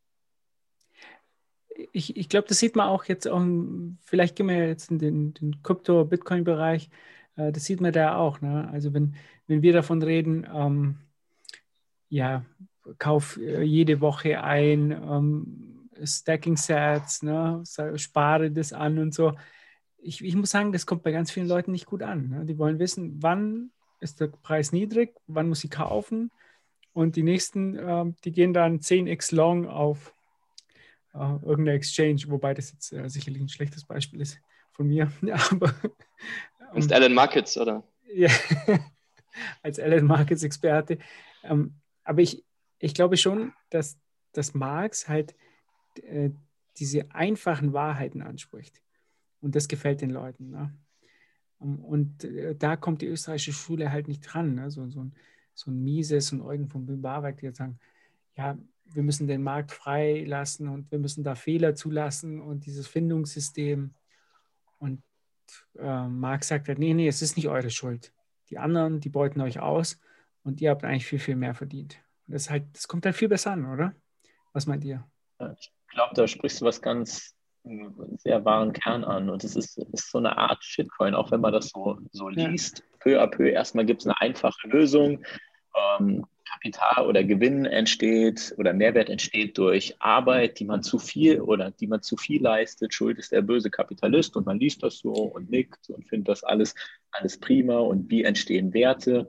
Ich, ich glaube, das sieht man auch jetzt, auch, vielleicht gehen wir jetzt in den, den Krypto-Bitcoin-Bereich, äh, das sieht man da auch. Ne? Also wenn, wenn wir davon reden, ähm, ja, kauf äh, jede Woche ein, ähm, Stacking-Sets, ne? Spare das an und so. Ich, ich muss sagen, das kommt bei ganz vielen Leuten nicht gut an. Ne? Die wollen wissen, wann ist der Preis niedrig, wann muss ich kaufen und die nächsten, äh, die gehen dann zehn x long auf Uh, irgendeine Exchange, wobei das jetzt uh, sicherlich ein schlechtes Beispiel ist von mir. Ja, aber, um, ist Alan Markets, oder? Ja, als Alan Markets-Experte. Um, aber ich, ich glaube schon, dass, dass Marx halt äh, diese einfachen Wahrheiten anspricht. Und das gefällt den Leuten. Ne? Um, und äh, da kommt die österreichische Schule halt nicht dran. Ne? So, so, ein, so ein Mises und Eugen von Böhm-Barwerk, die jetzt sagen, ja, wir müssen den Markt freilassen und wir müssen da Fehler zulassen und dieses Findungssystem. Und äh, Marx sagt halt, nee, nee, es ist nicht eure Schuld. Die anderen, die beuten euch aus und ihr habt eigentlich viel, viel mehr verdient. Und das, halt, das kommt halt viel besser an, oder? Was meint ihr? Ich glaube, da sprichst du was ganz sehr wahren Kern an. Und es ist, ist so eine Art Shitcoin, auch wenn man das so, so liest. Ja. Peu à peu, erstmal gibt es eine einfache Lösung. Ähm, Kapital oder Gewinn entsteht oder Mehrwert entsteht durch Arbeit, die man zu viel oder die man zu viel leistet. Schuld ist der böse Kapitalist und man liest das so und nickt und findet das alles, alles prima und wie entstehen Werte.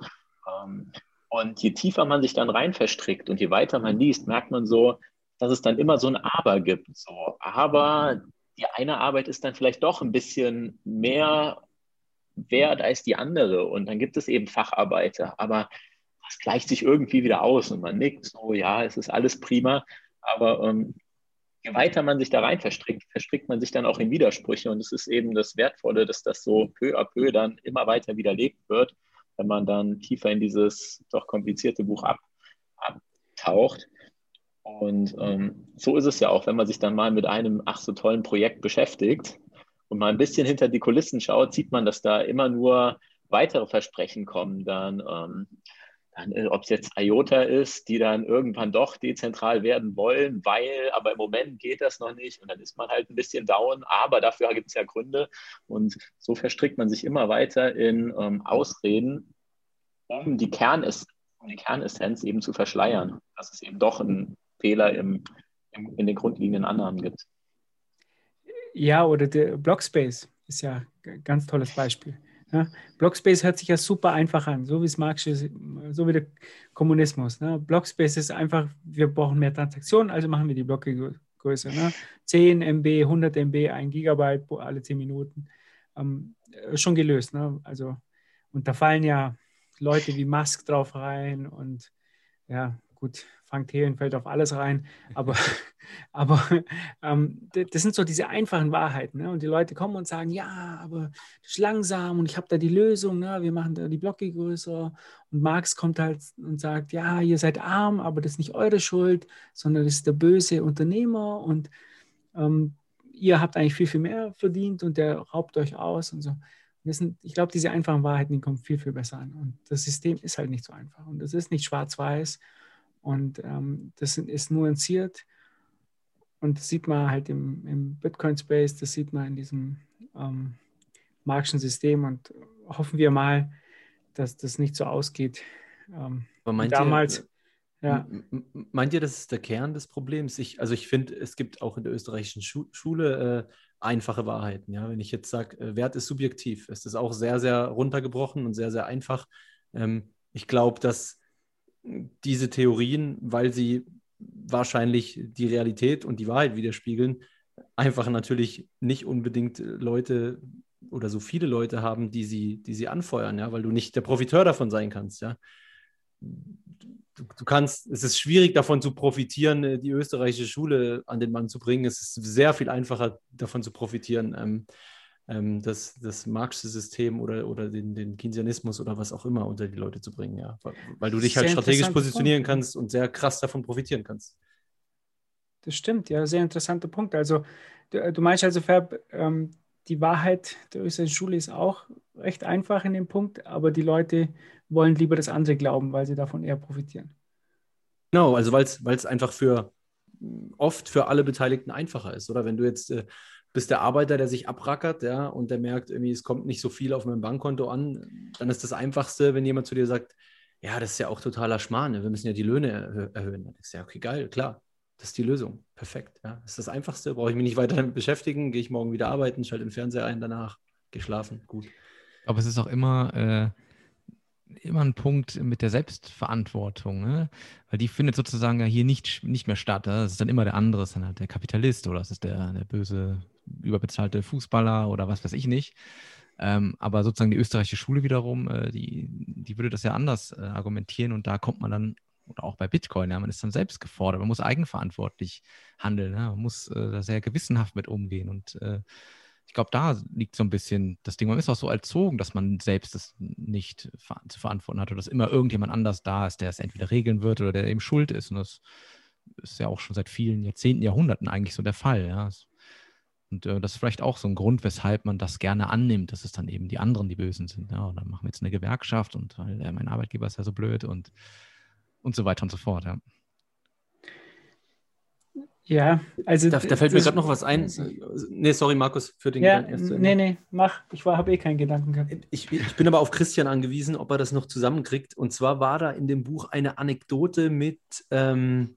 Und je tiefer man sich dann rein verstrickt und je weiter man liest, merkt man so, dass es dann immer so ein Aber gibt. So, aber die eine Arbeit ist dann vielleicht doch ein bisschen mehr wert als die andere und dann gibt es eben Facharbeiter, aber das gleicht sich irgendwie wieder aus und man nickt so, ja, es ist alles prima, aber ähm, je weiter man sich da rein verstrickt, verstrickt man sich dann auch in Widersprüche und es ist eben das Wertvolle, dass das so peu à peu dann immer weiter widerlegt wird, wenn man dann tiefer in dieses doch komplizierte Buch ab, abtaucht. Und ähm, so ist es ja auch, wenn man sich dann mal mit einem ach so tollen Projekt beschäftigt und mal ein bisschen hinter die Kulissen schaut, sieht man, dass da immer nur weitere Versprechen kommen, dann ähm, ob es jetzt I O T A ist, die dann irgendwann doch dezentral werden wollen, weil, aber im Moment geht das noch nicht und dann ist man halt ein bisschen down, aber dafür gibt es ja Gründe und so verstrickt man sich immer weiter in ähm, Ausreden, um die, Kernes, um die Kernessenz eben zu verschleiern, dass es eben doch einen Fehler im, im, in den grundlegenden Annahmen gibt. Ja, oder der Blockspace ist ja ein ganz tolles Beispiel. Ja, Blockspace hört sich ja super einfach an, so wie es Marx, so wie der Kommunismus. Ne? Blockspace ist einfach, wir brauchen mehr Transaktionen, also machen wir die Blöcke größer. Ne? zehn Megabyte, hundert Megabyte, ein Gigabyte alle zehn Minuten. Ähm, schon gelöst. Ne? Also, und da fallen ja Leute wie Musk drauf rein und ja, gut, Frank Thelen fällt auf alles rein, aber, aber ähm, das sind so diese einfachen Wahrheiten. Ne? Und die Leute kommen und sagen, ja, aber das ist langsam und ich habe da die Lösung, ne? Wir machen da die Blöcke größer. Und Marx kommt halt und sagt, ja, ihr seid arm, aber das ist nicht eure Schuld, sondern das ist der böse Unternehmer und ähm, ihr habt eigentlich viel, viel mehr verdient und der raubt euch aus und so. Und das sind, ich glaube, diese einfachen Wahrheiten, die kommen viel, viel besser an. Und das System ist halt nicht so einfach. Und das ist nicht schwarz-weiß. Und ähm, das ist nuanciert. Und das sieht man halt im, im Bitcoin-Space, das sieht man in diesem ähm, Marxischen System. Und hoffen wir mal, dass das nicht so ausgeht. Ähm, Aber meint damals... ihr, Ja. Meint ihr, das ist der Kern des Problems? Ich, also ich finde, es gibt auch in der österreichischen Schu Schule äh, einfache Wahrheiten. Ja? Wenn ich jetzt sage, äh, Wert ist subjektiv, ist das auch sehr, sehr runtergebrochen und sehr, sehr einfach. Ähm, ich glaube, dass diese Theorien, weil sie wahrscheinlich die Realität und die Wahrheit widerspiegeln, einfach natürlich nicht unbedingt Leute oder so viele Leute haben, die sie, die sie anfeuern, ja? Weil du nicht der Profiteur davon sein kannst, ja. Du, du kannst, es ist schwierig davon zu profitieren, die österreichische Schule an den Mann zu bringen. Es ist sehr viel einfacher davon zu profitieren, ähm, ähm, das, das Marxische System oder, oder den, den Keynesianismus oder was auch immer unter die Leute zu bringen, ja. Weil, weil du dich halt strategisch positionieren Punkt. kannst und sehr krass davon profitieren kannst. Das stimmt, ja, sehr interessanter Punkt. Also du, du meinst also, Ferb, ähm, die Wahrheit der österreichischen Schule ist auch recht einfach in dem Punkt, aber die Leute wollen lieber das andere glauben, weil sie davon eher profitieren. Genau, also weil es einfach für oft für alle Beteiligten einfacher ist, oder? Wenn du jetzt äh, bist der Arbeiter, der sich abrackert, ja, und der merkt irgendwie, es kommt nicht so viel auf meinem Bankkonto an, dann ist das Einfachste, wenn jemand zu dir sagt, ja, das ist ja auch totaler Schmarrn, wir müssen ja die Löhne erhö erhöhen. Dann ist ja, okay, geil, klar, das ist die Lösung, perfekt, ja, das ist das Einfachste, brauche ich mich nicht weiter damit beschäftigen, gehe ich morgen wieder arbeiten, schalte den Fernseher ein, danach gehe schlafen, gut. Aber es ist auch immer, äh, immer ein Punkt mit der Selbstverantwortung, ne? Weil die findet sozusagen ja hier nicht, nicht mehr statt. Das ist dann immer der andere, das ist dann halt der Kapitalist oder es ist der, der böse, überbezahlte Fußballer oder was weiß ich nicht. Ähm, aber sozusagen die österreichische Schule wiederum, äh, die, die würde das ja anders äh, argumentieren und da kommt man dann, oder auch bei Bitcoin, ja, man ist dann selbst gefordert, man muss eigenverantwortlich handeln, ja? Man muss äh, da sehr gewissenhaft mit umgehen und äh, ich glaube, da liegt so ein bisschen das Ding. Man ist auch so erzogen, dass man selbst das nicht ver zu verantworten hat oder dass immer irgendjemand anders da ist, der es entweder regeln wird oder der eben schuld ist. Und das ist ja auch schon seit vielen Jahrzehnten, Jahrhunderten eigentlich so der Fall. Ja. Und äh, das ist vielleicht auch so ein Grund, weshalb man das gerne annimmt, dass es dann eben die anderen, die Bösen sind. Ja. Und dann machen wir jetzt eine Gewerkschaft und weil äh, mein Arbeitgeber ist ja so blöd und, und so weiter und so fort. Ja. Ja, also... Da, da fällt mir gerade noch was ein. Nee, sorry, Markus, für den ja, Gedanken. Nee, nee, mach. Ich habe eh keinen Gedanken gehabt. Ich, ich bin aber auf Christian angewiesen, ob er das noch zusammenkriegt. Und zwar war da in dem Buch eine Anekdote mit, ähm,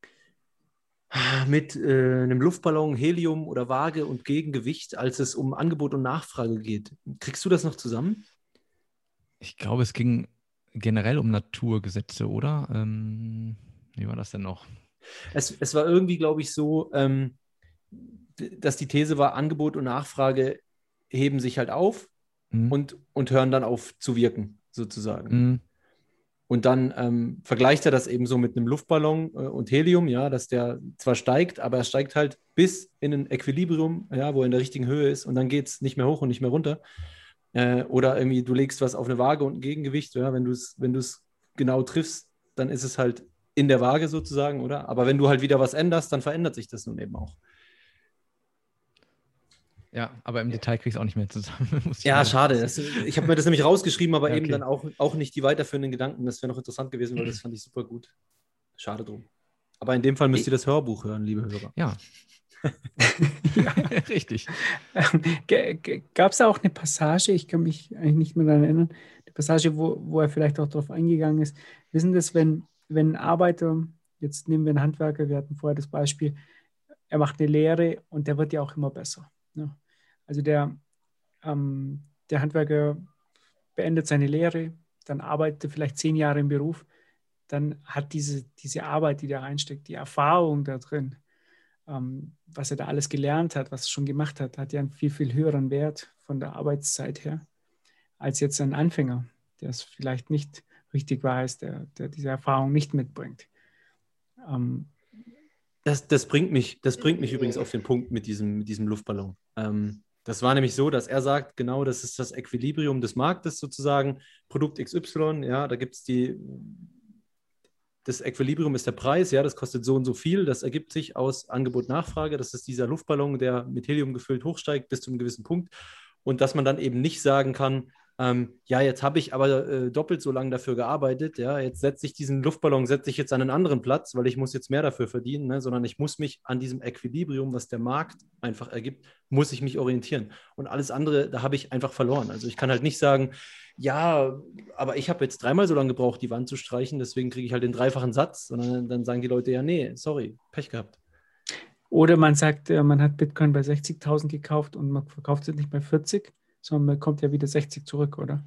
mit äh, einem Luftballon, Helium oder Waage und Gegengewicht, als es um Angebot und Nachfrage geht. Kriegst du das noch zusammen? Ich glaube, es ging generell um Naturgesetze, oder? Ähm, wie war das denn noch? Es, es war irgendwie, glaube ich, so, ähm, dass die These war, Angebot und Nachfrage heben sich halt auf mhm. und, und hören dann auf zu wirken, sozusagen. Mhm. Und dann ähm, vergleicht er das eben so mit einem Luftballon äh, und Helium, ja, dass der zwar steigt, aber er steigt halt bis in ein Equilibrium, ja, wo er in der richtigen Höhe ist und dann geht es nicht mehr hoch und nicht mehr runter. Äh, oder irgendwie du legst was auf eine Waage und ein Gegengewicht, ja, wenn du es wenn du es genau triffst, dann ist es halt in der Waage sozusagen, oder? Aber wenn du halt wieder was änderst, dann verändert sich das nun eben auch. Ja, aber im Detail krieg ich es auch nicht mehr zusammen. Ja, schade. Das, ich habe mir das nämlich rausgeschrieben, aber ja, okay. eben dann auch, auch nicht die weiterführenden Gedanken. Das wäre noch interessant gewesen, weil das fand ich super gut. Schade drum. Aber in dem Fall müsst ihr das Hörbuch hören, liebe Hörer. Ja. Ja, richtig. Gab es da auch eine Passage, ich kann mich eigentlich nicht mehr daran erinnern, eine Passage, wo, wo er vielleicht auch darauf eingegangen ist. Wissen das, wenn, wenn ein Arbeiter, jetzt nehmen wir einen Handwerker, wir hatten vorher das Beispiel, er macht eine Lehre und der wird ja auch immer besser. Ja. Also der, ähm, der Handwerker beendet seine Lehre, dann arbeitet er vielleicht zehn Jahre im Beruf, dann hat diese, diese Arbeit, die da reinsteckt, die Erfahrung da drin, ähm, was er da alles gelernt hat, was er schon gemacht hat, hat ja einen viel, viel höheren Wert von der Arbeitszeit her, als jetzt ein Anfänger, der es vielleicht nicht richtig weiß, der, der diese Erfahrung nicht mitbringt. Ähm, Das, das, bringt mich, das bringt mich übrigens auf den Punkt mit diesem, mit diesem Luftballon. Ähm, das war nämlich so, dass er sagt, genau, das ist das Equilibrium des Marktes sozusagen, Produkt X Y, ja, da gibt es die, das Equilibrium ist der Preis, ja, das kostet so und so viel, das ergibt sich aus Angebot-Nachfrage, das ist dieser Luftballon, der mit Helium gefüllt hochsteigt bis zu einem gewissen Punkt und dass man dann eben nicht sagen kann, Ähm, ja, jetzt habe ich aber äh, doppelt so lange dafür gearbeitet, ja, jetzt setze ich diesen Luftballon, setze ich jetzt an einen anderen Platz, weil ich muss jetzt mehr dafür verdienen, ne, sondern ich muss mich an diesem Equilibrium, was der Markt einfach ergibt, muss ich mich orientieren. Und alles andere, da habe ich einfach verloren. Also ich kann halt nicht sagen, ja, aber ich habe jetzt dreimal so lange gebraucht, die Wand zu streichen, deswegen kriege ich halt den dreifachen Satz, sondern dann sagen die Leute, ja, nee, sorry, Pech gehabt. Oder man sagt, man hat Bitcoin bei sechzigtausend gekauft und man verkauft es nicht bei vierzig, sondern man kommt ja wieder sechzig zurück, oder?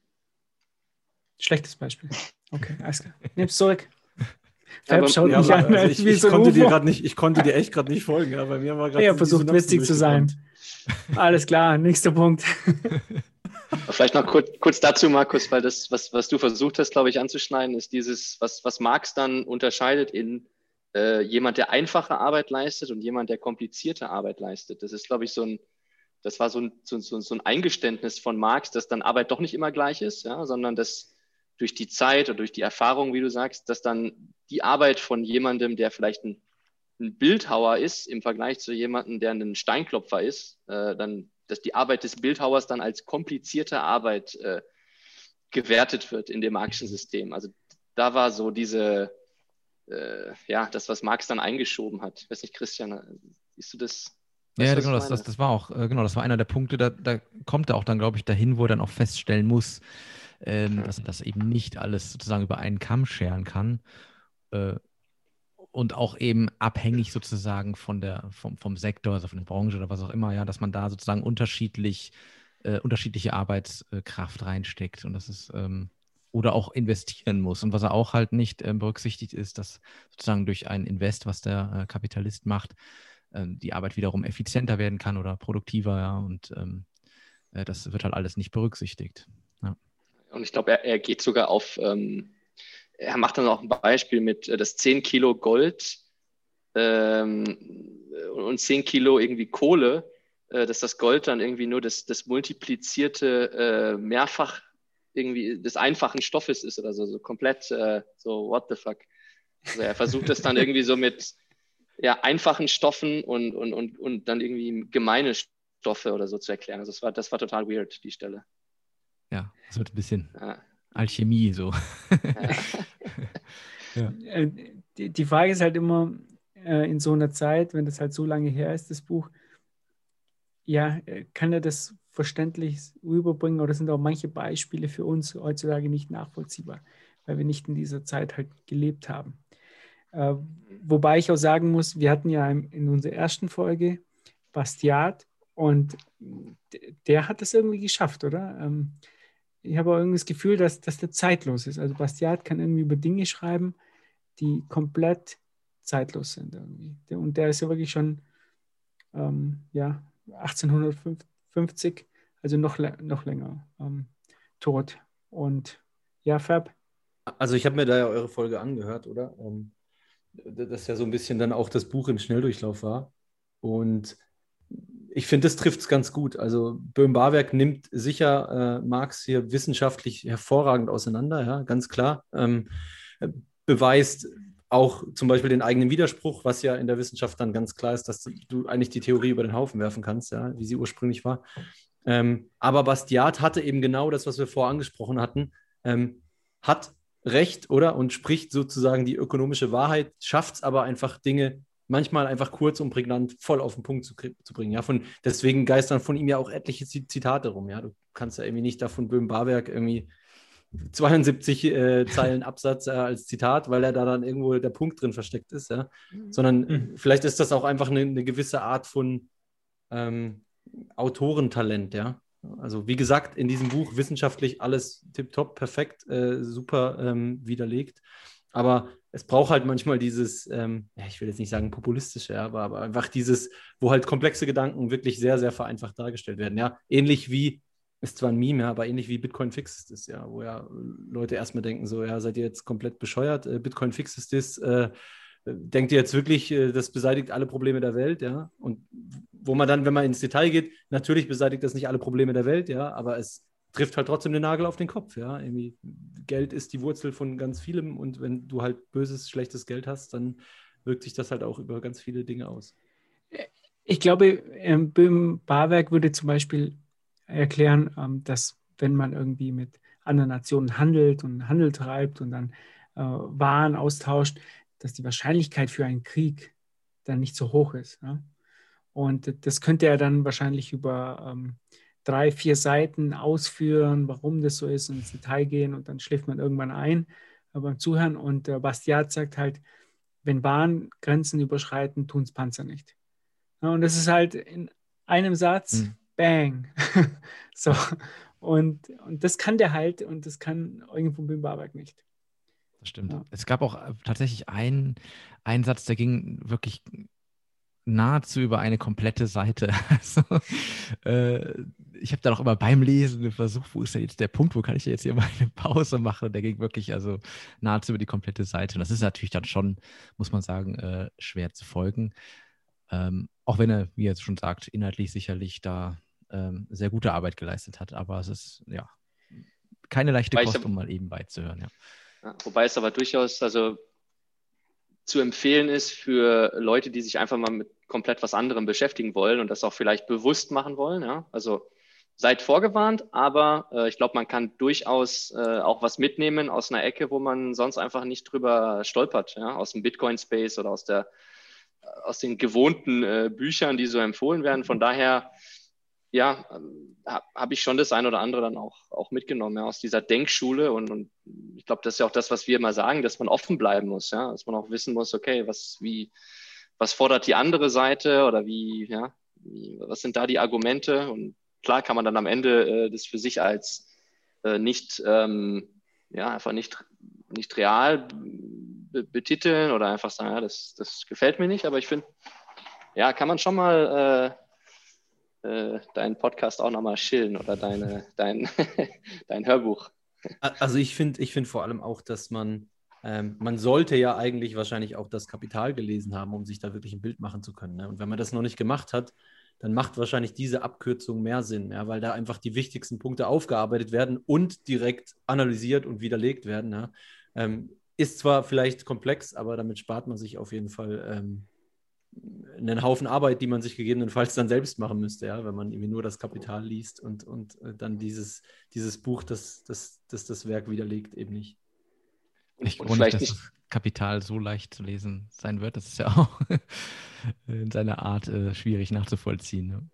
Schlechtes Beispiel. Okay, alles klar. Nimm's zurück. Fab ja, schaut ja, mich an. Also ich, ich, so konnte dir nicht, ich konnte dir echt gerade nicht folgen. Ja, bei mir war ja, versucht witzig zu sein. Alles klar, nächster Punkt. Vielleicht noch kurz, kurz dazu, Markus, weil das, was, was du versucht hast, glaube ich, anzuschneiden, ist dieses, was, was Marx dann unterscheidet in äh, jemand, der einfache Arbeit leistet und jemand, der komplizierte Arbeit leistet. Das ist, glaube ich, so ein Das war so ein, so, so, so ein Eingeständnis von Marx, dass dann Arbeit doch nicht immer gleich ist, ja, sondern dass durch die Zeit oder durch die Erfahrung, wie du sagst, dass dann die Arbeit von jemandem, der vielleicht ein, ein Bildhauer ist, im Vergleich zu jemandem, der ein Steinklopfer ist, äh, dann, dass die Arbeit des Bildhauers dann als komplizierte Arbeit äh, gewertet wird in dem Marxischen System. Also da war so diese, äh, ja, das, was Marx dann eingeschoben hat. Ich weiß nicht, Christian, siehst du das? Ja, ja, genau, das, das, das war auch, äh, genau, das war einer der Punkte, da, da kommt er auch dann, glaube ich, dahin, wo er dann auch feststellen muss, ähm, dass er das eben nicht alles sozusagen über einen Kamm scheren kann äh, und auch eben abhängig sozusagen von der, vom, vom Sektor, also von der Branche oder was auch immer, ja, dass man da sozusagen unterschiedlich, äh, unterschiedliche Arbeitskraft reinsteckt und das ist, ähm, oder auch investieren muss. Und was er auch halt nicht äh, berücksichtigt ist, dass sozusagen durch ein Invest, was der äh, Kapitalist macht, die Arbeit wiederum effizienter werden kann oder produktiver, ja, und ähm, das wird halt alles nicht berücksichtigt. Ja. Und ich glaube, er, er geht sogar auf, ähm, er macht dann auch ein Beispiel mit äh, das zehn Kilo Gold ähm, und zehn Kilo irgendwie Kohle, äh, dass das Gold dann irgendwie nur das, das multiplizierte äh, mehrfach irgendwie des einfachen Stoffes ist oder so, so komplett äh, so what the fuck. Also er versucht das dann irgendwie so mit ja, einfachen Stoffen und, und, und, und dann irgendwie gemeine Stoffe oder so zu erklären. Also das war, das war total weird, die Stelle. Ja, das wird ein bisschen ja. Alchemie so. Ja. Ja. Die, die Frage ist halt immer, äh, in so einer Zeit, wenn das halt so lange her ist, das Buch, ja, kann er das verständlich rüberbringen oder sind auch manche Beispiele für uns heutzutage nicht nachvollziehbar, weil wir nicht in dieser Zeit halt gelebt haben. Äh, wobei ich auch sagen muss, wir hatten ja in unserer ersten Folge Bastiat und der hat das irgendwie geschafft, oder? Ähm, ich habe auch irgendwie das Gefühl, dass, dass der zeitlos ist. Also Bastiat kann irgendwie über Dinge schreiben, die komplett zeitlos sind irgendwie. Und der ist ja wirklich schon ähm, ja, achtzehnhundertfünfzig, also noch, noch länger ähm, tot. Und ja, Fab? Also ich habe mir da ja eure Folge angehört, oder? Ähm, das ja so ein bisschen dann auch das Buch im Schnelldurchlauf war. Und ich finde, das trifft es ganz gut. Also Böhm-Barwerk nimmt sicher äh, Marx hier wissenschaftlich hervorragend auseinander, ja, ganz klar. Ähm, beweist auch zum Beispiel den eigenen Widerspruch, was ja in der Wissenschaft dann ganz klar ist, dass du eigentlich die Theorie über den Haufen werfen kannst, ja, wie sie ursprünglich war. Ähm, aber Bastiat hatte eben genau das, was wir vorher angesprochen hatten, ähm, hat Recht, oder? Und spricht sozusagen die ökonomische Wahrheit, schafft es aber einfach Dinge manchmal einfach kurz und prägnant voll auf den Punkt zu, zu bringen. Ja? Von, deswegen geistern von ihm ja auch etliche Zitate rum. Ja? Du kannst ja irgendwie nicht da von Böhm-Barwerk irgendwie zweiundsiebzig äh, Zeilen Absatz äh, als Zitat, weil er da dann irgendwo der Punkt drin versteckt ist. Ja? Sondern mhm. vielleicht ist das auch einfach eine, eine gewisse Art von ähm, Autorentalent, ja. Also wie gesagt, in diesem Buch wissenschaftlich alles tipptopp, perfekt, äh, super ähm, widerlegt. Aber es braucht halt manchmal dieses, ähm, ja, ich will jetzt nicht sagen populistische, aber, aber einfach dieses, wo halt komplexe Gedanken wirklich sehr, sehr vereinfacht dargestellt werden. Ja, ähnlich wie, ist zwar ein Meme, ja, aber ähnlich wie Bitcoin Fix ist das, ja, wo ja Leute erstmal denken, so, ja, seid ihr jetzt komplett bescheuert? Äh, Bitcoin Fix ist das, äh, denkt ihr jetzt wirklich, das beseitigt alle Probleme der Welt, ja? Und wo man dann, wenn man ins Detail geht, natürlich beseitigt das nicht alle Probleme der Welt, ja, aber es trifft halt trotzdem den Nagel auf den Kopf, ja. Irgendwie Geld ist die Wurzel von ganz vielem und wenn du halt böses, schlechtes Geld hast, dann wirkt sich das halt auch über ganz viele Dinge aus. Ich glaube, Böhm-Barwerk würde zum Beispiel erklären, dass wenn man irgendwie mit anderen Nationen handelt und Handel treibt und dann äh, Waren austauscht, dass die Wahrscheinlichkeit für einen Krieg dann nicht so hoch ist. Ja? Und das könnte er dann wahrscheinlich über ähm, drei, vier Seiten ausführen, warum das so ist und ins Detail gehen und dann schläft man irgendwann ein äh, beim Zuhören. Und äh, Bastiat sagt halt, wenn Waren Grenzen überschreiten, tun es Panzer nicht. Ja, und das ist halt in einem Satz, mhm. Bang. So. Und, und das kann der halt und das kann Eugen von Böhm-Barwerk nicht. Das stimmt. Ja. Es gab auch tatsächlich einen, einen Satz, der ging wirklich nahezu über eine komplette Seite. Also, äh, ich habe dann auch immer beim Lesen versucht, wo ist denn jetzt der Punkt, wo kann ich jetzt hier mal eine Pause machen? Und der ging wirklich also nahezu über die komplette Seite. Und das ist natürlich dann schon, muss man sagen, äh, schwer zu folgen. Ähm, auch wenn er, wie er jetzt schon sagt, inhaltlich sicherlich da ähm, sehr gute Arbeit geleistet hat. Aber es ist ja keine leichte Weil Kost, aber, um mal eben beizuhören. Ja. Ja, wobei es aber durchaus also zu empfehlen ist für Leute, die sich einfach mal mit komplett was anderem beschäftigen wollen und das auch vielleicht bewusst machen wollen. Ja? Also seid vorgewarnt, aber äh, ich glaube, man kann durchaus äh, auch was mitnehmen aus einer Ecke, wo man sonst einfach nicht drüber stolpert, ja? Aus dem Bitcoin-Space oder aus der aus den gewohnten äh, Büchern, die so empfohlen werden. Von daher, ja, habe hab ich schon das ein oder andere dann auch, auch mitgenommen, ja, aus dieser Denkschule. Und, und ich glaube, das ist ja auch das, was wir immer sagen, dass man offen bleiben muss, ja, dass man auch wissen muss, okay, was, wie, was fordert die andere Seite oder wie, ja, wie, was sind da die Argumente? Und klar kann man dann am Ende äh, das für sich als äh, nicht, ähm, ja, einfach nicht, nicht real betiteln oder einfach sagen, ja, das, das gefällt mir nicht, aber ich finde, ja, kann man schon mal äh, äh, deinen Podcast auch nochmal chillen oder deine, dein, dein Hörbuch. Also ich finde ich find vor allem auch, dass man, ähm, man sollte ja eigentlich wahrscheinlich auch das Kapital gelesen haben, um sich da wirklich ein Bild machen zu können. Ne? Und wenn man das noch nicht gemacht hat, dann macht wahrscheinlich diese Abkürzung mehr Sinn, ja? Weil da einfach die wichtigsten Punkte aufgearbeitet werden und direkt analysiert und widerlegt werden. Ja? Ähm, Ist zwar vielleicht komplex, aber damit spart man sich auf jeden Fall ähm, einen Haufen Arbeit, die man sich gegebenenfalls dann selbst machen müsste, ja, wenn man irgendwie nur das Kapital liest und, und äh, dann dieses, dieses Buch, das, das, das das Werk widerlegt, eben nicht. Ich glaube nicht, dass das Kapital so leicht zu lesen sein wird. Das ist ja auch in seiner Art äh, schwierig nachzuvollziehen. Ne?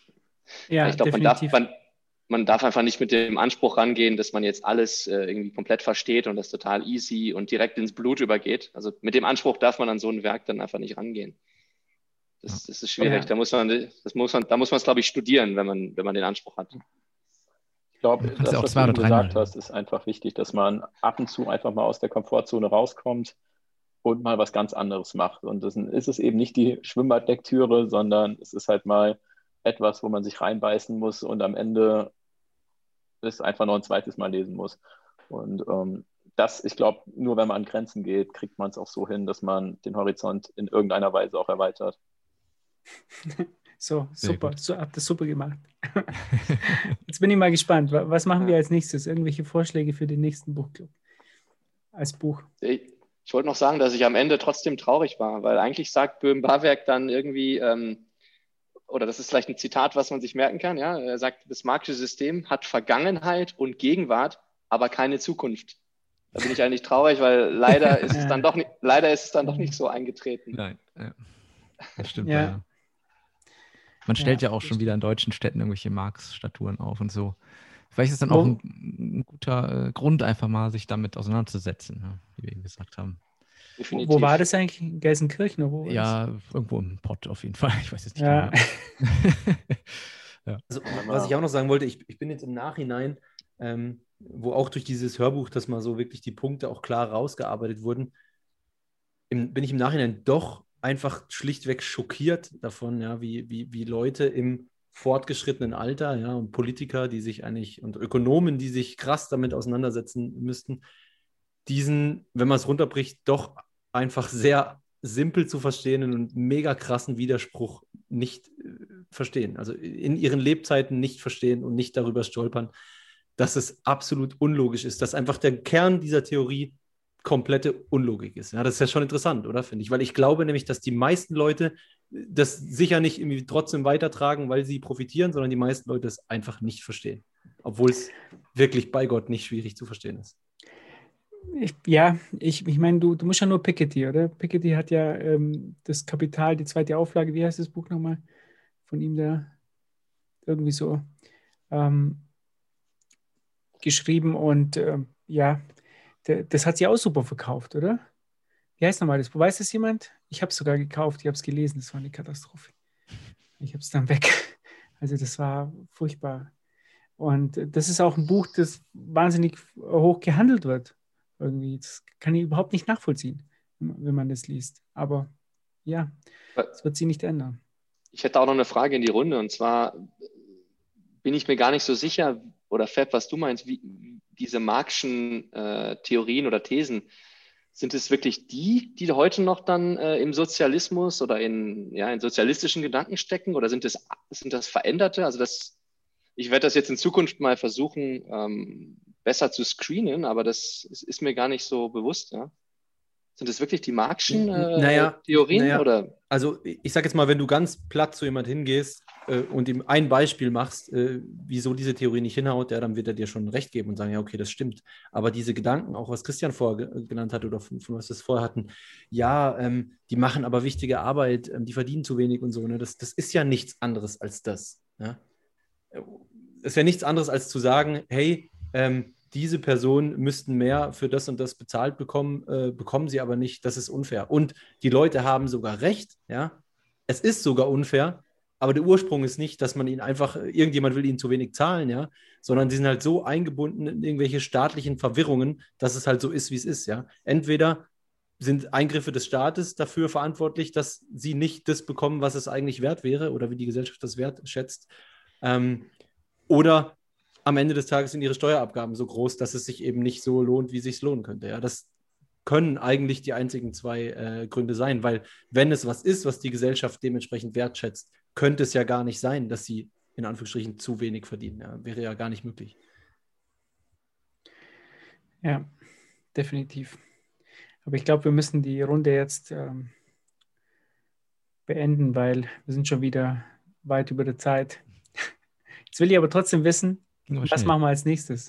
Ja, ich glaube, man darf, man, man darf einfach nicht mit dem Anspruch rangehen, dass man jetzt alles äh, irgendwie komplett versteht und das total easy und direkt ins Blut übergeht. Also mit dem Anspruch darf man an so ein Werk dann einfach nicht rangehen. Das, das ist schwierig. Ja. Da muss man, das muss man, da muss man es, glaube ich, studieren, wenn man, wenn man den Anspruch hat. Ich glaube, das, ja was du gesagt hast, ist einfach wichtig, dass man ab und zu einfach mal aus der Komfortzone rauskommt und mal was ganz anderes macht. Und das ist es eben nicht die Schwimmbadlektüre, sondern es ist halt mal etwas, wo man sich reinbeißen muss und am Ende es einfach noch ein zweites Mal lesen muss. Und ähm, das, ich glaube, nur wenn man an Grenzen geht, kriegt man es auch so hin, dass man den Horizont in irgendeiner Weise auch erweitert. So, sehr super, gut. So habt ihr super gemacht. Jetzt bin ich mal gespannt. Was machen wir als nächstes? Irgendwelche Vorschläge für den nächsten Buchclub? Als Buch? Ich, ich wollte noch sagen, dass ich am Ende trotzdem traurig war, weil eigentlich sagt Böhm-Barwerk dann irgendwie, ähm, oder das ist vielleicht ein Zitat, was man sich merken kann, ja, er sagt, das marxische System hat Vergangenheit und Gegenwart, aber keine Zukunft. Da bin ich eigentlich traurig, weil leider ist es dann doch nicht, leider ist es dann doch nicht so eingetreten. Nein, ja. Das stimmt ja. ja. Man stellt ja, ja auch schon wieder in deutschen Städten irgendwelche Marx-Statuen auf und so. Vielleicht ist es dann auch ein, ein guter äh, Grund, einfach mal sich damit auseinanderzusetzen, ja, wie wir eben gesagt haben. Definitiv. Wo war das eigentlich? In Gelsenkirchen? Oder wo ja, das? Irgendwo im Pott auf jeden Fall. Ich weiß jetzt nicht ja. genau. Ja. Also, was ich auch noch sagen wollte, ich, ich bin jetzt im Nachhinein, ähm, wo auch durch dieses Hörbuch, dass mal so wirklich die Punkte auch klar rausgearbeitet wurden, im, bin ich im Nachhinein doch einfach schlichtweg schockiert davon, ja, wie, wie, wie Leute im fortgeschrittenen Alter, ja, und Politiker, die sich eigentlich, und Ökonomen, die sich krass damit auseinandersetzen müssten, diesen, wenn man es runterbricht, doch einfach sehr simpel zu verstehenden und mega krassen Widerspruch nicht äh, verstehen. Also in ihren Lebzeiten nicht verstehen und nicht darüber stolpern, dass es absolut unlogisch ist, dass einfach der Kern dieser Theorie komplette Unlogik ist. Ja, das ist ja schon interessant, oder? Finde ich. Weil ich glaube nämlich, dass die meisten Leute das sicher nicht irgendwie trotzdem weitertragen, weil sie profitieren, sondern die meisten Leute es einfach nicht verstehen. Obwohl es wirklich bei Gott nicht schwierig zu verstehen ist. Ich, ja, ich, ich meine, du, du musst ja nur Piketty, oder? Piketty hat ja ähm, das Kapital, die zweite Auflage, wie heißt das Buch nochmal? Von ihm da irgendwie so ähm, geschrieben und ähm, ja, der, das hat sie auch super verkauft, oder? Wie heißt nochmal das Buch? Weiß das jemand? Ich habe es sogar gekauft, ich habe es gelesen, das war eine Katastrophe. Ich habe es dann weg. Also das war furchtbar. Und das ist auch ein Buch, das wahnsinnig hoch gehandelt wird. Irgendwie. Das kann ich überhaupt nicht nachvollziehen, wenn man das liest. Aber ja, das wird sie nicht ändern. Ich hätte auch noch eine Frage in die Runde. Und zwar bin ich mir gar nicht so sicher, oder Fab, was du meinst, wie diese Marxischen äh, Theorien oder Thesen, sind es wirklich die, die heute noch dann äh, im Sozialismus oder in, ja, in sozialistischen Gedanken stecken? Oder sind das, sind das Veränderte? Also das, ich werde das jetzt in Zukunft mal versuchen, ähm, besser zu screenen, aber das ist, ist mir gar nicht so bewusst. Ja? Sind das wirklich die Marxischen äh, naja, Theorien? Naja, oder? Also ich sage jetzt mal, wenn du ganz platt zu jemand hingehst äh, und ihm ein Beispiel machst, äh, wieso diese Theorie nicht hinhaut, ja, dann wird er dir schon recht geben und sagen, ja, okay, das stimmt. Aber diese Gedanken, auch was Christian vorher ge- genannt hat oder von, von was wir es vorher hatten, ja, ähm, die machen aber wichtige Arbeit, ähm, die verdienen zu wenig und so, ne? Das, das ist ja nichts anderes als das. Ja? Es wäre nichts anderes als zu sagen, hey, ähm, diese Personen müssten mehr für das und das bezahlt bekommen, äh, bekommen sie aber nicht, das ist unfair. Und die Leute haben sogar recht, ja, es ist sogar unfair, aber der Ursprung ist nicht, dass man ihnen einfach, irgendjemand will ihnen zu wenig zahlen, ja, sondern sie sind halt so eingebunden in irgendwelche staatlichen Verwirrungen, dass es halt so ist, wie es ist, ja. Entweder sind Eingriffe des Staates dafür verantwortlich, dass sie nicht das bekommen, was es eigentlich wert wäre oder wie die Gesellschaft das wertschätzt, ähm, oder am Ende des Tages sind ihre Steuerabgaben so groß, dass es sich eben nicht so lohnt, wie es sich lohnen könnte. Ja, das können eigentlich die einzigen zwei äh, Gründe sein, weil wenn es was ist, was die Gesellschaft dementsprechend wertschätzt, könnte es ja gar nicht sein, dass sie in Anführungsstrichen zu wenig verdienen. Ja, wäre ja gar nicht möglich. Ja, definitiv. Aber ich glaube, wir müssen die Runde jetzt ähm, beenden, weil wir sind schon wieder weit über der Zeit. Jetzt will ich aber trotzdem wissen, was machen wir als nächstes?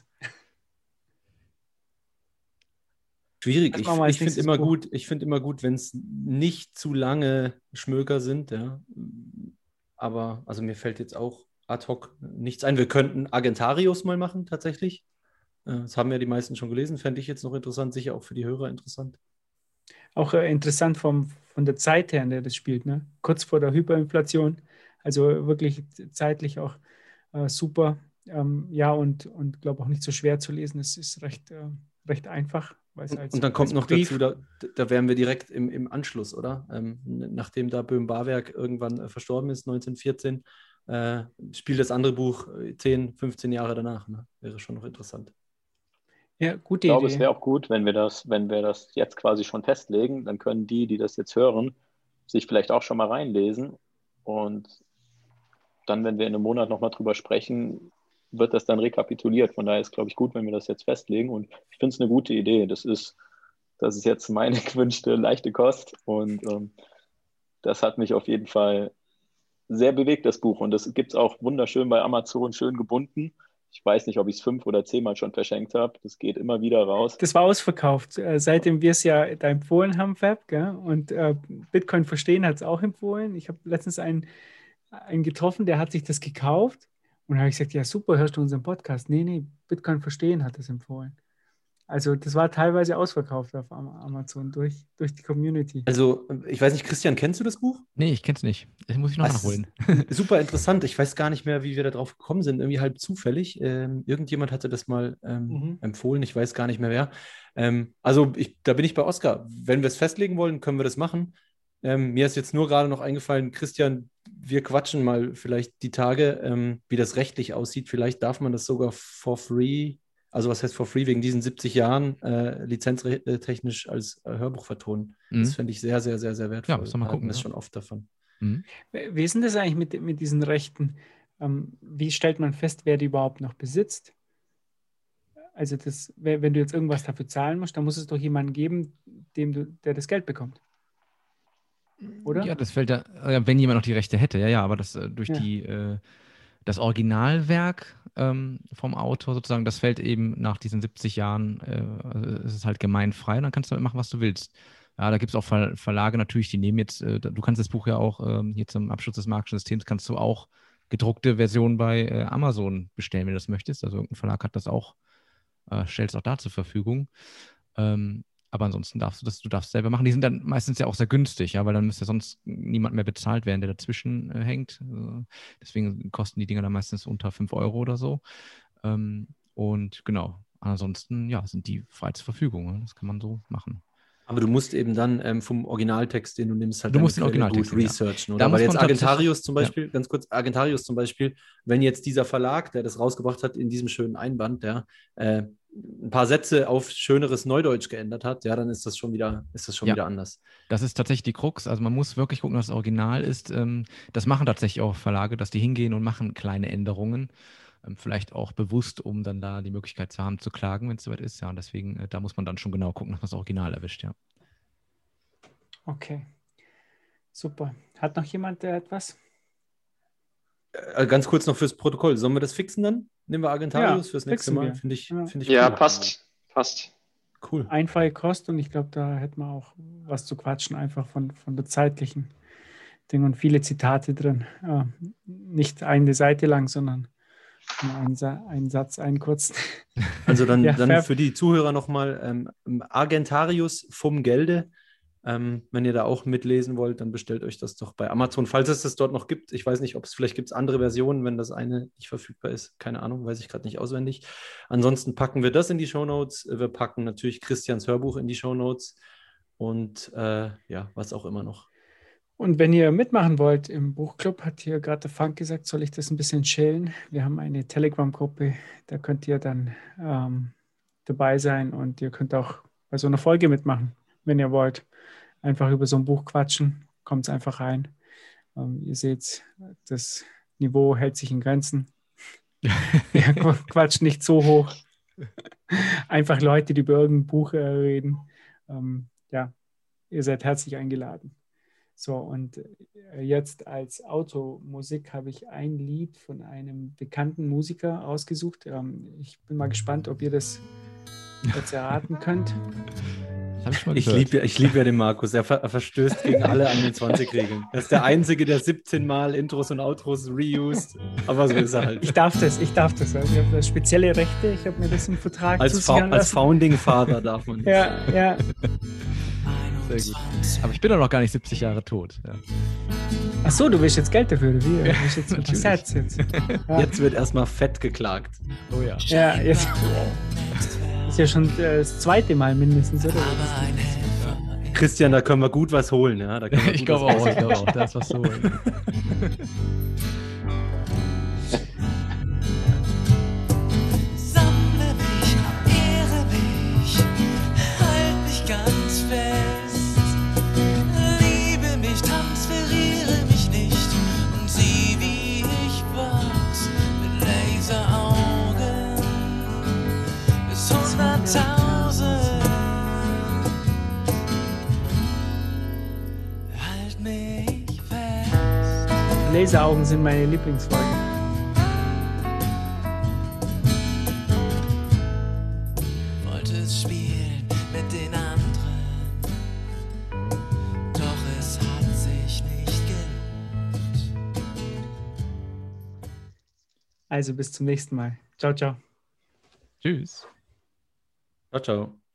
Schwierig. Was Ich, machen wir als ich finde nächstes immer Buch? gut, ich finde immer gut, wenn es nicht zu lange Schmöker sind. Ja. Aber also mir fällt jetzt auch ad hoc nichts ein. Wir könnten Agentarius mal machen, tatsächlich. Äh, Das haben ja die meisten schon gelesen. Fände ich jetzt noch interessant, sicher auch für die Hörer interessant. Auch äh, interessant vom, von der Zeit her, in der das spielt, ne? Kurz vor der Hyperinflation. Also wirklich zeitlich auch äh, super. Ähm, ja, und, und glaube auch nicht so schwer zu lesen. Es ist recht, äh, recht einfach. Weil es Und, als, und dann kommt als noch Brief, dazu, da, da wären wir direkt im, im Anschluss, oder? Ähm, nachdem da Böhm-Barwerk irgendwann äh, verstorben ist, neunzehnhundertvierzehn, äh, spielt das andere Buch äh, zehn, fünfzehn Jahre danach. Ne? Wäre schon noch interessant. Ja, gute Ich glaube, Idee. es wäre auch gut, wenn wir das, wenn wir das jetzt quasi schon festlegen, dann können die, die das jetzt hören, sich vielleicht auch schon mal reinlesen. Und dann, wenn wir in einem Monat nochmal drüber sprechen, wird das dann rekapituliert. Von daher ist, glaube ich, gut, wenn wir das jetzt festlegen. Und ich finde es eine gute Idee. Das ist, das ist jetzt meine gewünschte leichte Kost. Und ähm, das hat mich auf jeden Fall sehr bewegt, das Buch. Und das gibt es auch wunderschön bei Amazon, schön gebunden. Ich weiß nicht, ob ich es fünf oder zehnmal schon verschenkt habe. Das geht immer wieder raus. Das war ausverkauft, äh, seitdem wir es ja da empfohlen haben, Fab, gell? Und äh, Bitcoin Verstehen hat es auch empfohlen. Ich habe letztens einen, einen getroffen, der hat sich das gekauft. Und da habe ich gesagt, ja super, hörst du unseren Podcast? Nee, nee, Bitcoin Verstehen hat das empfohlen. Also das war teilweise ausverkauft auf Am- Amazon durch, durch die Community. Also, ich weiß nicht, Christian, kennst du das Buch? Nee, ich kenn's nicht. Das muss ich noch Das nachholen. ist super interessant. Ich weiß gar nicht mehr, wie wir da drauf gekommen sind. Irgendwie halb zufällig. Ähm, irgendjemand hatte das mal ähm, Mhm. empfohlen. Ich weiß gar nicht mehr wer. Ähm, also, ich, da bin ich bei Oskar. Wenn wir es festlegen wollen, können wir das machen. Ähm, mir ist jetzt nur gerade noch eingefallen, Christian, wir quatschen mal vielleicht die Tage, ähm, wie das rechtlich aussieht. Vielleicht darf man das sogar for free. also was heißt for free, wegen diesen siebzig Jahren äh, lizenztechnisch als äh, Hörbuch vertonen. Mhm. Das fände ich sehr, sehr, sehr, sehr wertvoll. Ja, müssen wir mal Da hatten gucken, wir es ja. schon oft davon. Mhm. Wie ist denn das eigentlich mit, mit diesen Rechten? Ähm, wie stellt man fest, wer die überhaupt noch besitzt? Also das, wenn wenn du jetzt irgendwas dafür zahlen musst, dann muss es doch jemanden geben, dem du, der das Geld bekommt. Oder? Ja, das fällt ja, äh, wenn jemand noch die Rechte hätte, ja, ja, aber das äh, durch Ja. die, äh, das Originalwerk ähm, vom Autor sozusagen, das fällt eben nach diesen siebzig Jahren, äh, also es ist halt gemeinfrei und dann kannst du damit machen, was du willst. Ja, da gibt es auch Ver Verlage natürlich, die nehmen jetzt, äh, du kannst das Buch ja auch ähm, hier zum Abschluss des Marxischen Systems, kannst du auch gedruckte Versionen bei äh, Amazon bestellen, wenn du das möchtest. Also irgendein Verlag hat das auch, äh, stellt es auch da zur Verfügung. Ähm, aber ansonsten darfst du das, du darfst selber machen. Die sind dann meistens ja auch sehr günstig, ja, weil dann müsste sonst niemand mehr bezahlt werden, der dazwischen äh, hängt. Äh, deswegen kosten die Dinger dann meistens unter fünf Euro oder so. Ähm, und genau, ansonsten, ja, sind die frei zur Verfügung. Ne? Das kann man so machen. Aber du musst eben dann ähm, vom Originaltext, den du nimmst, halt Du deine musst den Quelle Originaltext gut nehmen, ja. researchen. Da Oder? muss Weil jetzt man tatsächlich- Argentarius zum Beispiel, ganz kurz, Argentarius zum Beispiel, wenn jetzt dieser Verlag, der das rausgebracht hat in diesem schönen Einband, der äh, ein paar Sätze auf schöneres Neudeutsch geändert hat, ja, dann ist das schon wieder, ist das schon Ja. wieder anders. Das ist tatsächlich die Krux. Also man muss wirklich gucken, dass das Original ist. Ähm, das machen tatsächlich auch Verlage, dass die hingehen und machen kleine Änderungen. Ähm, vielleicht auch bewusst, um dann da die Möglichkeit zu haben, zu klagen, wenn es soweit ist. Ja, und deswegen, äh, da muss man dann schon genau gucken, dass man das Original erwischt, ja. Okay. Super. Hat noch jemand äh, etwas? Äh, ganz kurz noch fürs Protokoll. Sollen wir das fixen dann? Nehmen wir Argentarius Ja, fürs nächste fixen Mal. wir. Finde ich, Ja. find ich Ja, cool. passt. Passt. Cool. Einfache Kost und ich glaube, da hätten wir auch was zu quatschen, einfach von, von der zeitlichen Ding und viele Zitate drin. Äh, nicht eine Seite lang, sondern nur einen, Sa einen Satz, einen kurzen. Also dann, Ja, dann fair. für die Zuhörer nochmal ähm, Argentarius vom Gelde. Ähm, wenn ihr da auch mitlesen wollt, dann bestellt euch das doch bei Amazon, falls es das dort noch gibt. Ich weiß nicht, ob es vielleicht gibt es andere Versionen, wenn das eine nicht verfügbar ist. Keine Ahnung, weiß ich gerade nicht auswendig. Ansonsten packen wir das in die Shownotes. Wir packen natürlich Christians Hörbuch in die Shownotes und äh, ja, was auch immer noch. Und wenn ihr mitmachen wollt im Buchclub, hat hier gerade der Funk gesagt, soll ich das ein bisschen chillen. Wir haben eine Telegram-Gruppe, da könnt ihr dann ähm, dabei sein und ihr könnt auch bei so einer Folge mitmachen, wenn ihr wollt. Einfach über so ein Buch quatschen, kommt es einfach rein. Ähm, ihr seht, das Niveau hält sich in Grenzen. Wir quatschen nicht so hoch. Einfach Leute, die über irgendein Buch äh, reden. Ähm, ja, ihr seid herzlich eingeladen. So, und äh, jetzt als Automusik habe ich ein Lied von einem bekannten Musiker ausgesucht. Ähm, ich bin mal gespannt, ob ihr das jetzt erraten könnt. Das hab ich schon mal Ich gehört. liebe ich lieb ja den Markus. Er, ver er verstößt gegen alle einundzwanzig-Regeln. Er ist der Einzige, der siebzehn Mal Intros und Outros reused. Aber so ist er halt. Ich darf das, ich darf das. Also ich habe da spezielle Rechte, ich habe mir das im Vertrag Als, Fa zusichern als lassen. Founding Father darf man das. Ja, ja. Sehr gut. Aber ich bin doch noch gar nicht siebzig Jahre tot. Ja. Ach so, du willst jetzt Geld dafür, oder wie? Du willst jetzt mit Natürlich. Gesetz jetzt. Ja, Jetzt wird erstmal fett geklagt. Oh ja. ja jetzt. Das ist ja schon äh, das zweite Mal mindestens, oder? Christian, da können wir gut was holen. Ja? Da können wir Ich gut glaube was auch, ich glaube auch. Da ist was so. Sammle mich, ehre mich, halt mich ganz fest. Liebe mich, transferiere mich nicht und sieh, wie ich wachs mit Laseraugen bis hunderttausend. Halt mich fest. Laseraugen sind meine Lieblingsfolge. Wollte es spielen mit den anderen, doch es hat sich nicht gelohnt. Also bis zum nächsten Mal. Ciao, ciao. Tschüss. Ciao, ciao.